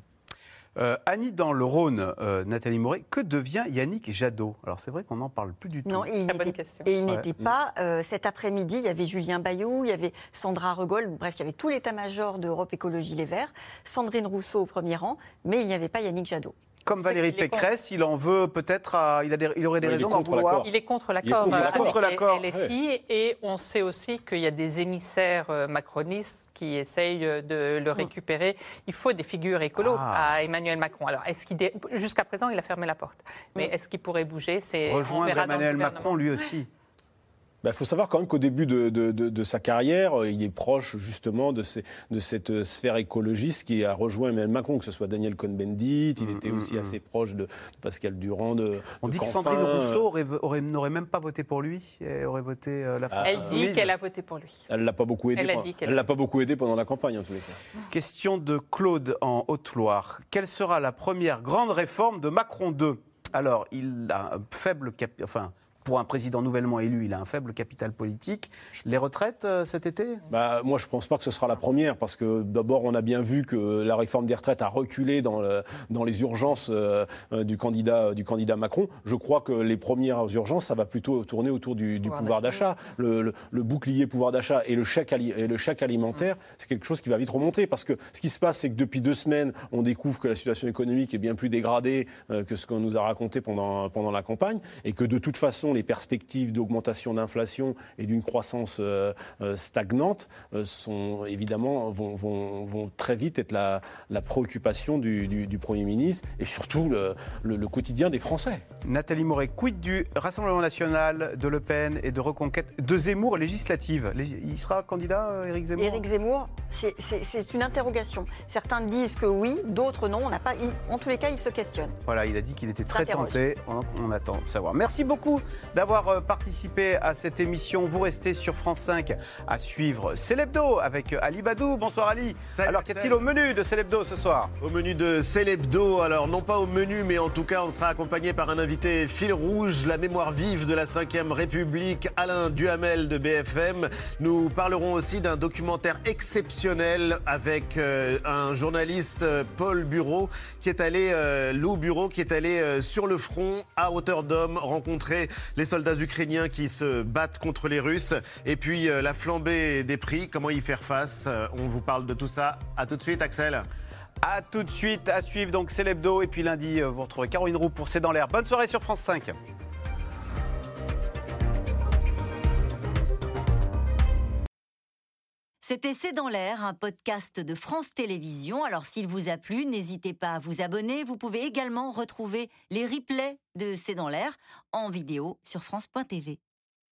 Annie, dans le Rhône, Nathalie Moret, que devient Yannick Jadot? Alors c'est vrai qu'on n'en parle plus du tout. Non, il n'était pas. Cet après-midi, il y avait Julien Bayou, il y avait Sandra Regold, bref, il y avait tout l'état-major d'Europe Écologie Les Verts, Sandrine Rousseau au premier rang, mais il n'y avait pas Yannick Jadot. Comme Valérie Pécresse, il en veut peut-être, il aurait des raisons d'en vouloir. Il est contre l'accord avec les LFI, et on sait aussi qu'il y a des émissaires macronistes qui essayent de le récupérer. Il faut des figures écolos à Emmanuel Macron. Alors, jusqu'à présent, il a fermé la porte. Mais est-ce qu'il pourrait bouger? Rejoindre Emmanuel Macron, lui aussi. Il faut savoir quand même qu'au début de sa carrière, il est proche justement de cette sphère écologiste qui a rejoint Emmanuel Macron, que ce soit Daniel Cohn-Bendit, il était aussi assez proche de Pascal Durand. On dit que Sandrine Rousseau n'aurait même pas voté pour lui, et aurait voté la France. Elle dit qu'elle a voté pour lui. Elle ne l'a pas beaucoup aidé. Elle l'a pas beaucoup aidé pendant la campagne en tous les cas. Question de Claude en Haute-Loire. Quelle sera la première grande réforme de Macron 2? Alors, il a un faible pour un président nouvellement élu, il a un faible capital politique. Les retraites cet été? Moi, je ne pense pas que ce sera la première, parce que d'abord, on a bien vu que la réforme des retraites a reculé dans les urgences du candidat Macron. Je crois que les premières urgences, ça va plutôt tourner autour du pouvoir d'achat. Le bouclier pouvoir d'achat et le chèque alimentaire, c'est quelque chose qui va vite remonter, parce que ce qui se passe, c'est que depuis 2 semaines, on découvre que la situation économique est bien plus dégradée que ce qu'on nous a raconté pendant la campagne, et que de toute façon, les perspectives d'augmentation d'inflation et d'une croissance stagnante sont évidemment vont très vite être la préoccupation du Premier ministre et surtout le quotidien des Français. Nathalie Moret, quid du Rassemblement national, de Le Pen et de Reconquête, de Zemmour législative? Il sera candidat, Éric Zemmour? Éric Zemmour, c'est une interrogation. Certains disent que oui, d'autres non. En tous les cas, il se questionne. Voilà, il a dit qu'il était très tenté. On attend de savoir. Merci beaucoup d'avoir participé à cette émission. Vous restez sur France 5 à suivre C'est l'Hebdo avec Ali Badou. Bonsoir Ali. Alors qu'y a-t-il au menu de C'est l'Hebdo ce soir? Au menu de C'est l'Hebdo, alors non pas au menu, mais en tout cas on sera accompagné par un invité fil rouge, la mémoire vive de la 5e République, Alain Duhamel de BFM. Nous parlerons aussi d'un documentaire exceptionnel avec un journaliste, Paul Bureau, qui est allé sur le front à hauteur d'homme rencontrer les soldats ukrainiens qui se battent contre les Russes. Et puis la flambée des prix, comment y faire face? On vous parle de tout ça. À tout de suite, Axel. À tout de suite, à suivre donc C'est l'Hebdo. Et puis lundi, vous retrouverez Caroline Roux pour C'est dans l'air. Bonne soirée sur France 5. C'était C'est dans l'air, un podcast de France Télévisions. Alors s'il vous a plu, n'hésitez pas à vous abonner. Vous pouvez également retrouver les replays de C'est dans l'air en vidéo sur France.tv.